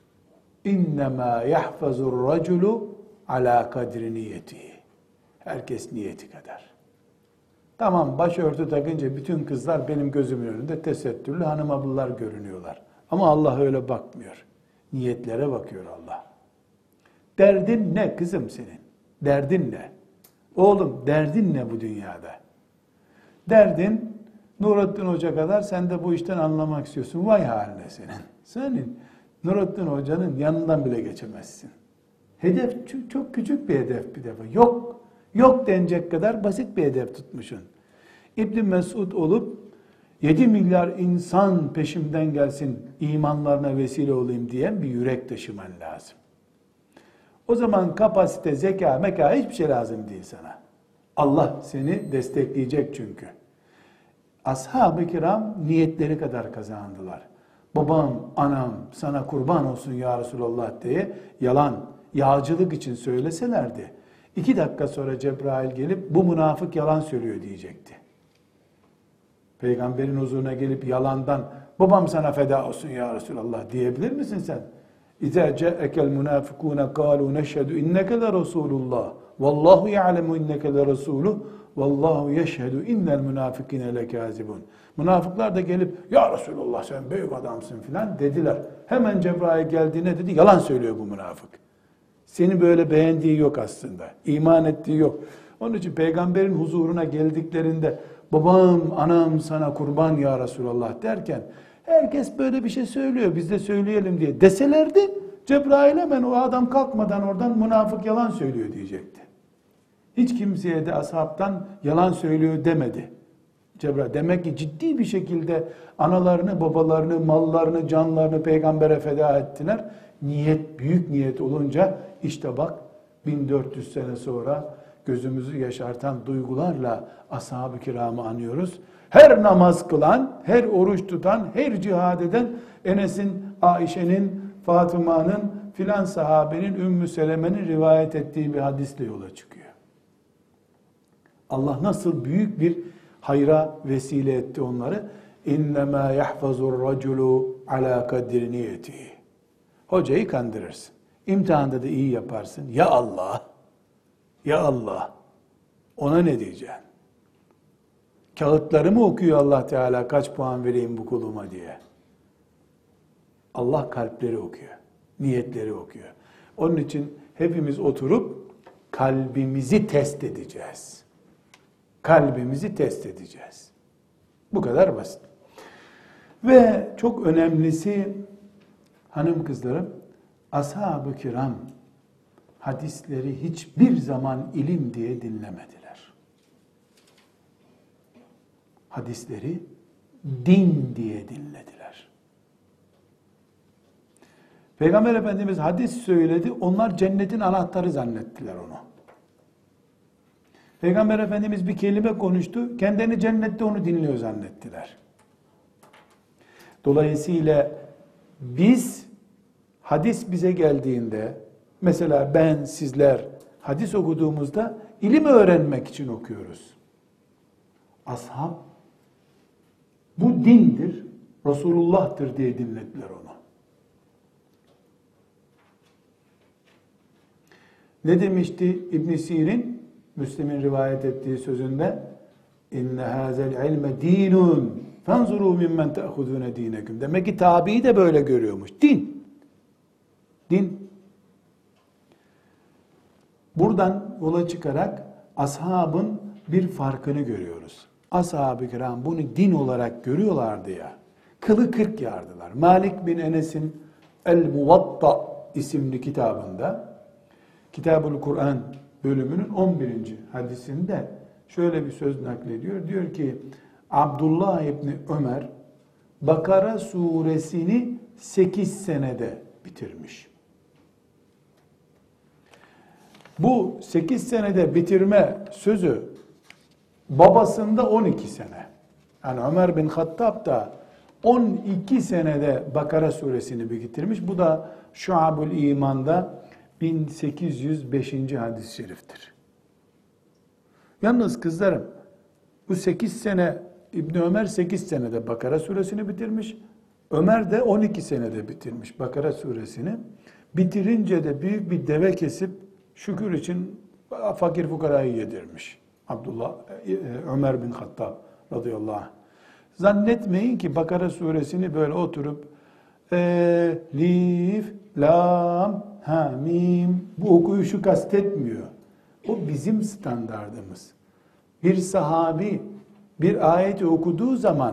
İnnemâ yahfazur raculu ala kadri niyetihi. Herkes niyeti kadar. Tamam, başörtü takınca bütün kızlar benim gözümün önünde tesettürlü hanımabılar görünüyorlar. Ama Allah öyle bakmıyor. Niyetlere bakıyor Allah. Derdin ne kızım senin? Derdin ne? Oğlum derdin ne bu dünyada? Derdin Nurattin Hoca kadar sen de bu işten anlamak istiyorsun. Vay haline senin. Senin Nurattin Hoca'nın yanından bile geçemezsin. Hedef çok küçük bir hedef bir defa. Yok. Yok denecek kadar basit bir hedef tutmuşsun. İbn Mesud olup yedi milyar insan peşimden gelsin, imanlarına vesile olayım diyen bir yürek taşıman lazım. O zaman kapasite, zeka, meka hiçbir şey lazım değil sana. Allah seni destekleyecek çünkü. Ashab-ı kiram niyetleri kadar kazandılar. Babam, anam sana kurban olsun ya Resulallah diye yalan, yağcılık için söyleselerdi, iki dakika sonra Cebrail gelip bu münafık yalan söylüyor diyecekti. Peygamberin huzuruna gelip yalandan babam sana feda olsun ya Resulallah diyebilir misin sen? İzâ câekel münâfikûne kâlû neşhedü inneke le Resulullah vallahu ya'lemu inneke le Resulü vallahu yeşhedü innel münâfikîne lekâzibun. Münafıklar da gelip ya Resulullah sen büyük adamsın filan dediler. Hemen Cebrail geldiğine dedi yalan söylüyor bu münafık. Seni böyle beğendiği yok aslında. İman ettiği yok. Onun için peygamberin huzuruna geldiklerinde babam, anam sana kurban ya Resulallah derken herkes böyle bir şey söylüyor, biz de söyleyelim diye deselerdi, Cebrail hemen o adam kalkmadan oradan münafık yalan söylüyor diyecekti. Hiç kimseye de ashabtan yalan söylüyor demedi. Cebrail demek ki ciddi bir şekilde analarını, babalarını, mallarını, canlarını peygambere feda ettiler. Niyet, büyük niyet olunca işte bak bin dört yüz sene sonra gözümüzü yaşartan duygularla ashab-ı kiramı anıyoruz. Her namaz kılan, her oruç tutan, her cihad eden Enes'in, Ayşe'nin, Fatıma'nın, filan sahabenin, Ümmü Seleme'nin rivayet ettiği bir hadisle yola çıkıyor. Allah nasıl büyük bir hayra vesile etti onları. İnnemâ yahfazur raculu alâ kadri niyetihi. Hocayı kandırırsın. İmtihanda da iyi yaparsın. Ya Allah, ya Allah, ona ne diyeceksin? Kağıtları mı okuyor Allah Teala kaç puan vereyim bu kuluma diye? Allah kalpleri okuyor, niyetleri okuyor. Onun için hepimiz oturup kalbimizi test edeceğiz. Kalbimizi test edeceğiz. Bu kadar basit. Ve çok önemlisi hanım kızlarım, ashab-ı kiram hadisleri hiçbir zaman ilim diye dinlemediler. Hadisleri din diye dinlediler. Peygamber Efendimiz hadis söyledi, onlar cennetin anahtarı zannettiler onu. Peygamber Efendimiz bir kelime konuştu, kendilerini cennette onu dinliyor zannettiler. Dolayısıyla biz hadis bize geldiğinde, mesela ben, sizler hadis okuduğumuzda ilim öğrenmek için okuyoruz. Ashab bu dindir, Resulullah'tır diye dinlediler onu. Ne demişti İbn Sirin? Müslim'in rivayet ettiği sözünde inne hazel ilme dinun fanzuru mimmen ta'khudun dinakum. Demek ki tabi'i de böyle görüyormuş. Din. Din. Buradan yola çıkarak ashabın bir farkını görüyoruz. Ashab-ı kiram bunu din olarak görüyorlardı ya. Kılı kırk yardılar. Malik bin Enes'in El-Muvatta isimli kitabında, Kitab-ül Kur'an bölümünün on birinci hadisinde şöyle bir söz naklediyor. Diyor ki Abdullah İbni Ömer Bakara suresini sekiz senede bitirmiş. Bu sekiz senede bitirme sözü babasında on iki sene. Yani Ömer bin Hattab da on iki senede Bakara suresini bitirmiş. Bu da Şuab-ül İman'da bin sekiz yüz beşinci hadis-i şeriftir. Yalnız kızlarım, bu sekiz sene, İbni Ömer sekiz senede Bakara suresini bitirmiş. Ömer de on iki senede bitirmiş Bakara suresini. Bitirince de büyük bir deve kesip şükür için fakir fukarayı yedirmiş. Abdullah Ömer bin Hattab radıyallahu anh. Zannetmeyin ki Bakara suresini böyle oturup Elif, Lam, Ha, Mim bu okuyuşu kastetmiyor. O bizim standardımız. Bir sahabi bir ayeti okuduğu zaman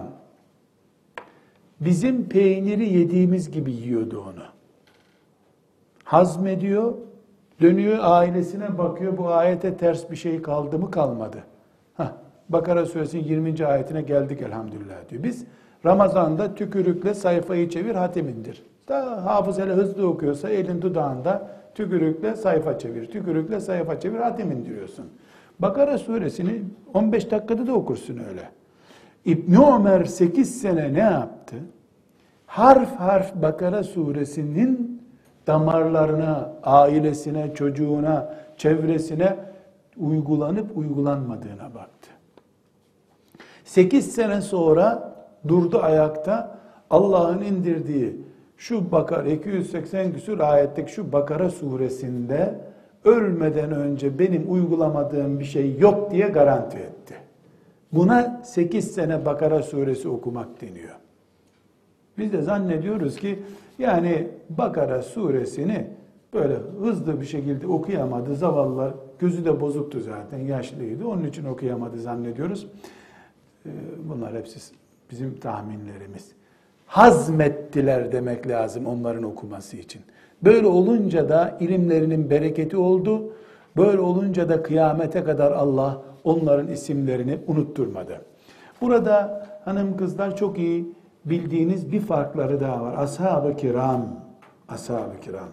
bizim peyniri yediğimiz gibi yiyordu onu. Hazmediyor, dönüyor ailesine bakıyor, bu ayete ters bir şey kaldı mı kalmadı. Heh, Bakara suresinin yirminci ayetine geldik elhamdülillah diyor. Biz Ramazan'da tükürükle sayfayı çevir hatim indir. Da hafız hele hızlı okuyorsa elin dudağında tükürükle sayfa çevir, tükürükle sayfa çevir hatim indiriyorsun. Bakara suresini on beş dakikada da okursun öyle. İbn Ömer sekiz sene ne yaptı? Harf harf Bakara suresinin damarlarına, ailesine, çocuğuna, çevresine uygulanıp uygulanmadığına baktı. Sekiz sene sonra durdu ayakta, Allah'ın indirdiği şu Bakara iki yüz seksen küsur ayetteki şu Bakara suresinde ölmeden önce benim uygulamadığım bir şey yok diye garanti etti. Buna sekiz sene Bakara suresi okumak deniyor. Biz de zannediyoruz ki yani Bakara suresini böyle hızlı bir şekilde okuyamadı. Zavallılar, gözü de bozuktu zaten, yaşlıydı. Onun için okuyamadı zannediyoruz. Bunlar hepsi bizim tahminlerimiz. Hazmettiler demek lazım onların okuması için. Böyle olunca da ilimlerinin bereketi oldu. Böyle olunca da kıyamete kadar Allah onların isimlerini unutturmadı. Burada hanım kızlar çok iyi bildiğiniz bir farkları daha var. Ashab-ı kiram, ashab-ı kiram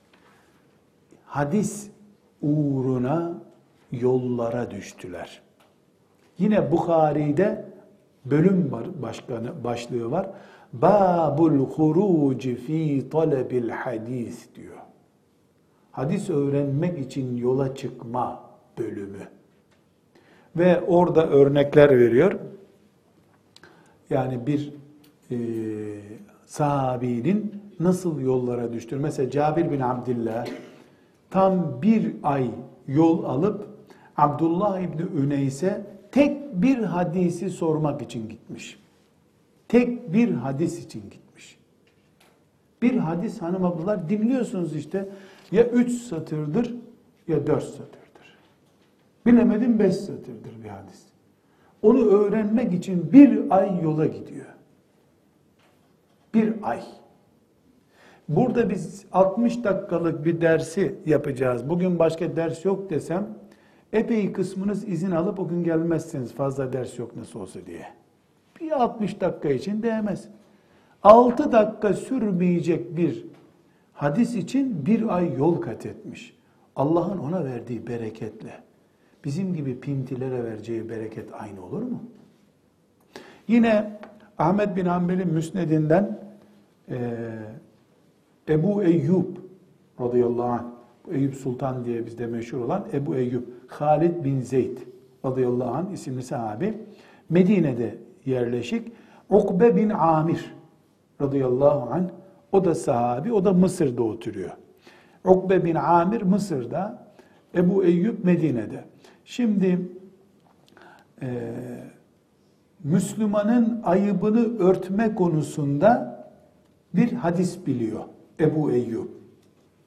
hadis uğruna yollara düştüler. Yine Bukhari'de bölüm var, başkanı, başlığı var. Babul huruci fi talebil hadis diyor. Hadis öğrenmek için yola çıkma bölümü. Ve orada örnekler veriyor. Yani bir e, sahabinin nasıl yollara düştüğünü. Mesela Cabir bin Abdillah tam bir ay yol alıp Abdullah İbni Üneys'e tek bir hadisi sormak için gitmiş. Tek bir hadis için gitmiş. Bir hadis hanım ablalar dinliyorsunuz işte. Ya üç satırdır ya dört satırdır. Bilemedim beş satırdır bir hadis. Onu öğrenmek için bir ay yola gidiyor. Bir ay. Burada biz altmış dakikalık bir dersi yapacağız. Bugün başka ders yok desem, epey kısmınız izin alıp o gün gelmezsiniz fazla ders yok nasıl olsa diye. Bir altmış dakika için değmez. altı dakika sürmeyecek bir hadis için bir ay yol kat etmiş. Allah'ın ona verdiği bereketle bizim gibi pintilere vereceği bereket aynı olur mu? Yine Ahmed bin Hanbel'in müsnedinden e, Ebu Eyyub radıyallahu anh, Eyüp Sultan diye bizde meşhur olan Ebu Eyyub, Halid bin Zeyd radıyallahu anh isimli sahabi, Medine'de yerleşik. Ukbe bin Amir radıyallahu anh, o da sahabi, o da Mısır'da oturuyor. Ukbe bin Amir Mısır'da, Ebu Eyyub Medine'de. Şimdi e, Müslümanın ayıbını örtme konusunda bir hadis biliyor Ebu Eyyub.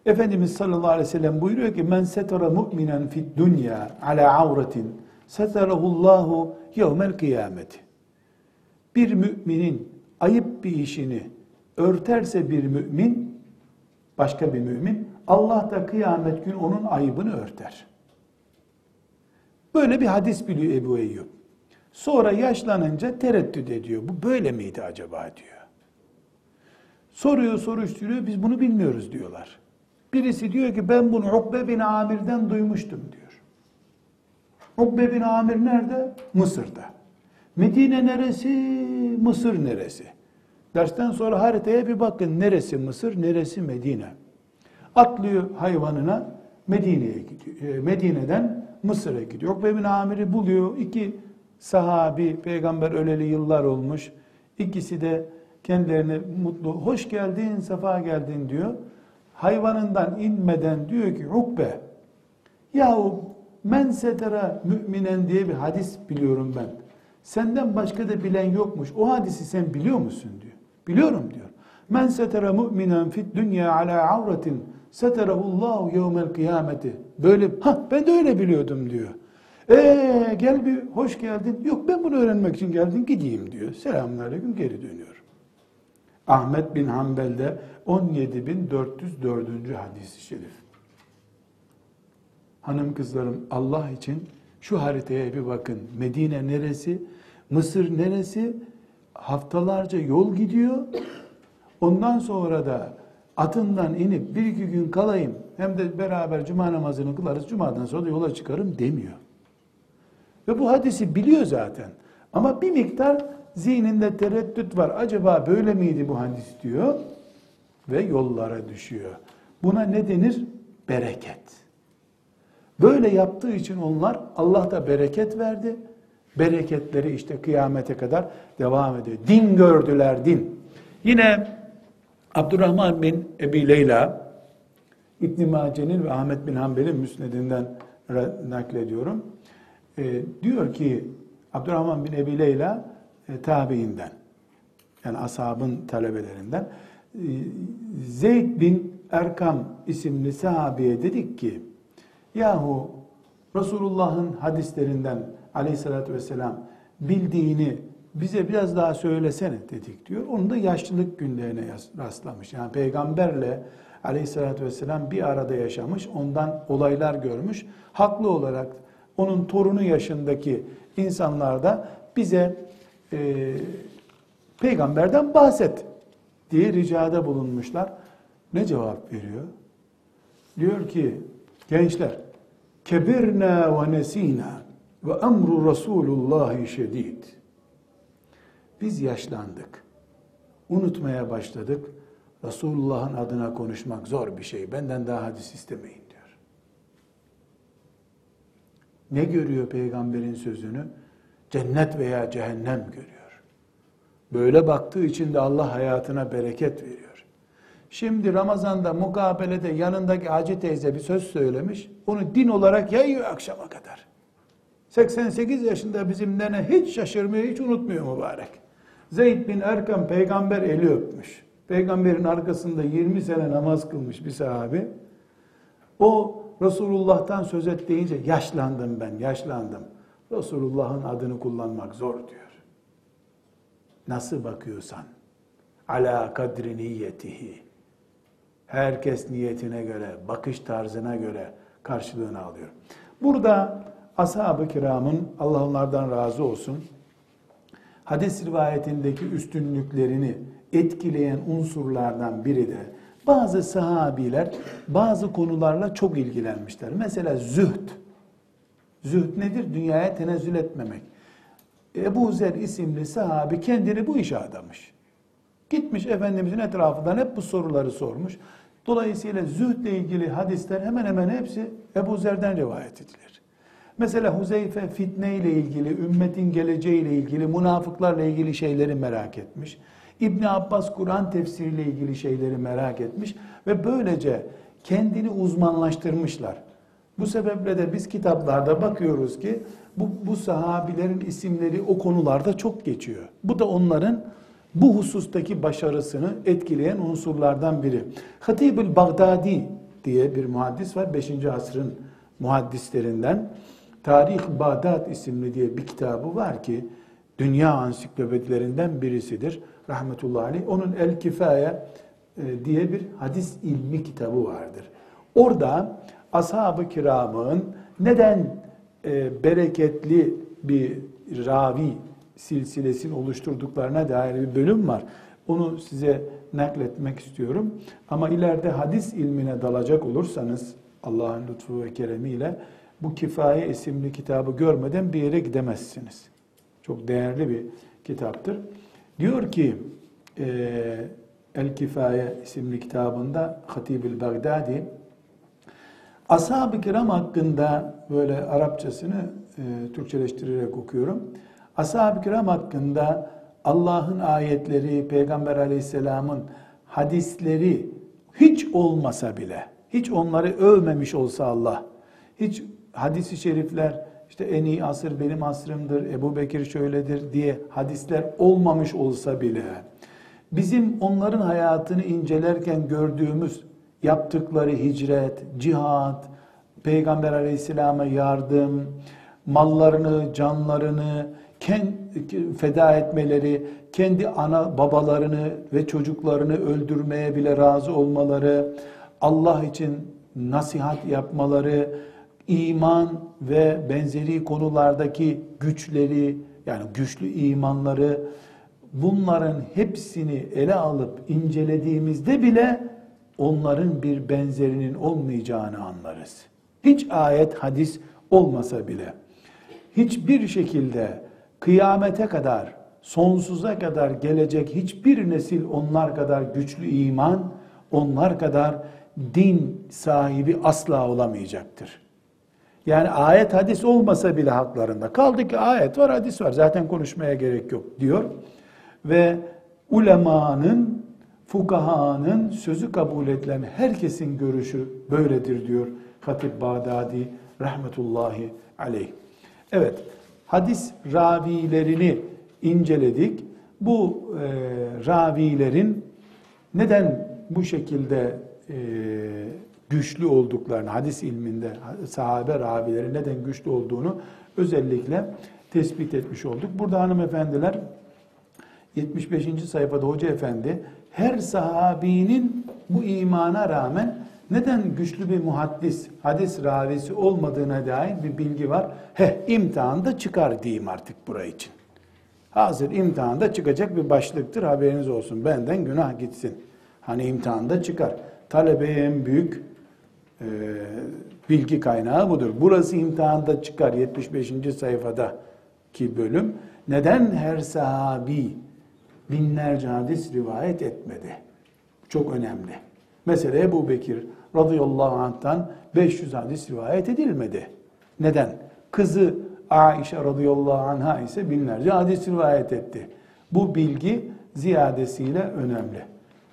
Efendimiz sallallahu aleyhi ve sellem buyuruyor ki men setara mu'minen fid dunya ala avretin setarahullahu yevmel kıyameti. Bir müminin ayıp bir işini örterse bir mümin, başka bir mümin, Allah da kıyamet günü onun ayıbını örter. Böyle bir hadis biliyor Ebu Eyyub. Sonra yaşlanınca tereddüt ediyor. Bu böyle miydi acaba diyor. Soruyor, soruşturuyor, biz bunu bilmiyoruz diyorlar. Birisi diyor ki ben bunu Ukbe bin Amir'den duymuştum diyor. Ukbe bin Amir nerede? Mısır'da. Medine neresi? Mısır neresi? Dersten sonra haritaya bir bakın. Neresi Mısır, neresi Medine? Atlıyor hayvanına Medine'ye gidiyor. Medine'den Mısır'a gidiyor. Ukbe bin Amir'i buluyor. İki sahabi, peygamber öleli yıllar olmuş. İkisi de kendilerine mutlu, hoş geldin, sefa geldin diyor. Hayvanından inmeden diyor ki Ukbe, yahu men setera müminen diye bir hadis biliyorum ben. Senden başka da bilen yokmuş. O hadisi sen biliyor musun diyor. Biliyorum diyor. Men setera müminen fid dünya ala avretin seterahullahu yevmel kıyameti. Böyle, ha ben de öyle biliyordum diyor. Eee gel bir hoş geldin. Yok ben bunu öğrenmek için geldim gideyim diyor. Selamünaleyküm geri dönüyor. Ahmet bin Hanbel'de on yedi bin dört yüz dördüncü hadis-i şerif. Hanım kızlarım Allah için şu haritaya bir bakın. Medine neresi? Mısır neresi? Haftalarca yol gidiyor. Ondan sonra da atından inip bir iki gün kalayım. Hem de beraber cuma namazını kılarız. Cumadan sonra da yola çıkarım demiyor. Ve bu hadisi biliyor zaten. Ama bir miktar zihninde tereddüt var. Acaba böyle miydi bu hadis diyor. Ve yollara düşüyor. Buna ne denir? Bereket. Böyle yaptığı için onlar Allah da bereket verdi. Bereketleri işte kıyamete kadar devam ediyor. Din gördüler din. Yine Abdurrahman bin Ebi Leyla İbn Mace'nin ve Ahmet bin Hanbel'in müsnedinden naklediyorum. E, diyor ki Abdurrahman bin Ebi Leyla e, tabiinden yani ashabın talebelerinden e, Zeyd bin Erkam isimli sahabeye dedik ki yahu Resulullah'ın hadislerinden aleyhissalatü vesselam bildiğini bize biraz daha söylesene dedik diyor. Onu da yaşlılık günlerine rastlamış. Yani peygamberle aleyhissalatü vesselam bir arada yaşamış, ondan olaylar görmüş. Haklı olarak onun torunu yaşındaki insanlar da bize e, peygamberden bahset diye ricada bulunmuşlar. Ne cevap veriyor? Diyor ki gençler kebirna ve nesina ve emru Resulullahi şedid. Biz yaşlandık. Unutmaya başladık. Resulullah'ın adına konuşmak zor bir şey. Benden daha hadis istemeyin diyor. Ne görüyor peygamberin sözünü? Cennet veya cehennem görüyor. Böyle baktığı için de Allah hayatına bereket veriyor. Şimdi Ramazan'da mukabelede yanındaki Hacı teyze bir söz söylemiş. Onu din olarak yayıyor akşama kadar. seksen sekiz yaşında bizim nene hiç şaşırmıyor, hiç unutmuyor mübarek. Zeyd bin Erkam peygamber eli öpmüş. Peygamberin arkasında yirmi sene namaz kılmış bir sahabi. O Resulullah'tan söz et deyince yaşlandım ben, yaşlandım. Resulullah'ın adını kullanmak zor diyor. Nasıl bakıyorsan, ala kadri niyetihi. Herkes niyetine göre, bakış tarzına göre karşılığını alıyor. Burada ashab-ı kiramın, Allah onlardan razı olsun, hadis rivayetindeki üstünlüklerini etkileyen unsurlardan biri de bazı sahabiler bazı konularla çok ilgilenmişler. Mesela zühd. Zühd nedir? Dünyaya tenezzül etmemek. Ebu Zer isimli sahabi kendini bu işe adamış. Gitmiş Efendimizin etrafından hep bu soruları sormuş. Dolayısıyla zühdle ilgili hadisler hemen hemen hepsi Ebu Zer'den rivayet edilir. Mesela Huzeyfe fitne ile ilgili, ümmetin geleceğiyle ilgili, münafıklarla ilgili şeyleri merak etmiş. İbn Abbas Kur'an tefsiriyle ilgili şeyleri merak etmiş ve böylece kendini uzmanlaştırmışlar. Bu sebeple de biz kitaplarda bakıyoruz ki bu, bu sahabilerin isimleri o konularda çok geçiyor. Bu da onların bu husustaki başarısını etkileyen unsurlardan biri. Hatib-ül Bağdadi diye bir muhaddis var. beşinci asrın muhaddislerinden. Tarih Bağdat isimli diye bir kitabı var ki dünya ansiklopedilerinden birisidir. Rahmetullahi aleyh. Onun El Kifaye diye bir hadis ilmi kitabı vardır. Orada ashab-ı kiramın neden e, bereketli bir ravi silsilesini oluşturduklarına dair bir bölüm var. Onu size nakletmek istiyorum. Ama ileride hadis ilmine dalacak olursanız Allah'ın lütfu ve keremiyle bu Kifaye isimli kitabı görmeden bir yere gidemezsiniz. Çok değerli bir kitaptır. Diyor ki e, El Kifaye isimli kitabında Hatib-ül Bagdadi ashab-ı kiram hakkında, böyle Arapçasını e, Türkçeleştirerek okuyorum. Ashab-ı kiram hakkında Allah'ın ayetleri, Peygamber aleyhisselamın hadisleri hiç olmasa bile, hiç onları övmemiş olsa Allah, hiç hadis-i şerifler işte en iyi asır benim asrımdır, Ebu Bekir şöyledir diye hadisler olmamış olsa bile, bizim onların hayatını incelerken gördüğümüz yaptıkları hicret, cihat, Peygamber aleyhisselama yardım, mallarını, canlarını feda etmeleri, kendi ana babalarını ve çocuklarını öldürmeye bile razı olmaları, Allah için nasihat yapmaları, iman ve benzeri konulardaki güçleri, yani güçlü imanları, bunların hepsini ele alıp incelediğimizde bile onların bir benzerinin olmayacağını anlarız. Hiç ayet, hadis olmasa bile, hiçbir şekilde kıyamete kadar, sonsuza kadar gelecek hiçbir nesil onlar kadar güçlü iman, onlar kadar din sahibi asla olamayacaktır. Yani ayet, hadis olmasa bile haklarında. Kaldı ki ayet var, hadis var. Zaten konuşmaya gerek yok diyor. Ve ulemanın, fukahanın sözü kabul edilen herkesin görüşü böyledir diyor Hatib Bağdadi rahmetullahi aleyh. Evet, hadis ravilerini inceledik. Bu e, ravilerin neden bu şekilde e, güçlü olduklarını, hadis ilminde sahabe ravileri neden güçlü olduğunu özellikle tespit etmiş olduk. Burada hanımefendiler yetmiş beşinci sayfada Hoca Efendi her sahabinin bu imana rağmen neden güçlü bir muhaddis, hadis ravisi olmadığına dair bir bilgi var. Heh, imtihanda çıkar diyeyim artık buraya için. Hazır imtihanda çıkacak bir başlıktır, haberiniz olsun. Benden günah gitsin. Hani imtihanda çıkar. Talebeye en büyük e, bilgi kaynağı budur. Burası imtihanda çıkar yetmiş beşinci sayfadaki bölüm. Neden her sahabi binlerce hadis rivayet etmedi? Çok önemli. Mesela Ebu Bekir radıyallahu anh'tan beş yüz hadis rivayet edilmedi. Neden? Kızı Aişe radıyallahu anh'a ise binlerce hadis rivayet etti. Bu bilgi ziyadesiyle önemli.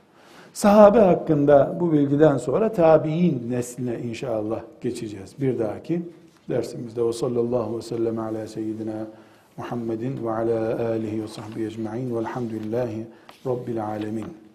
Sahabe hakkında bu bilgiden sonra tabi'in nesline inşallah geçeceğiz. Bir dahaki dersimizde ve sallallahu ve sellem ala seyyidina Muhammedin ve ala alihi ve sahbihi ecma'in velhamdülillahi rabbil alemin.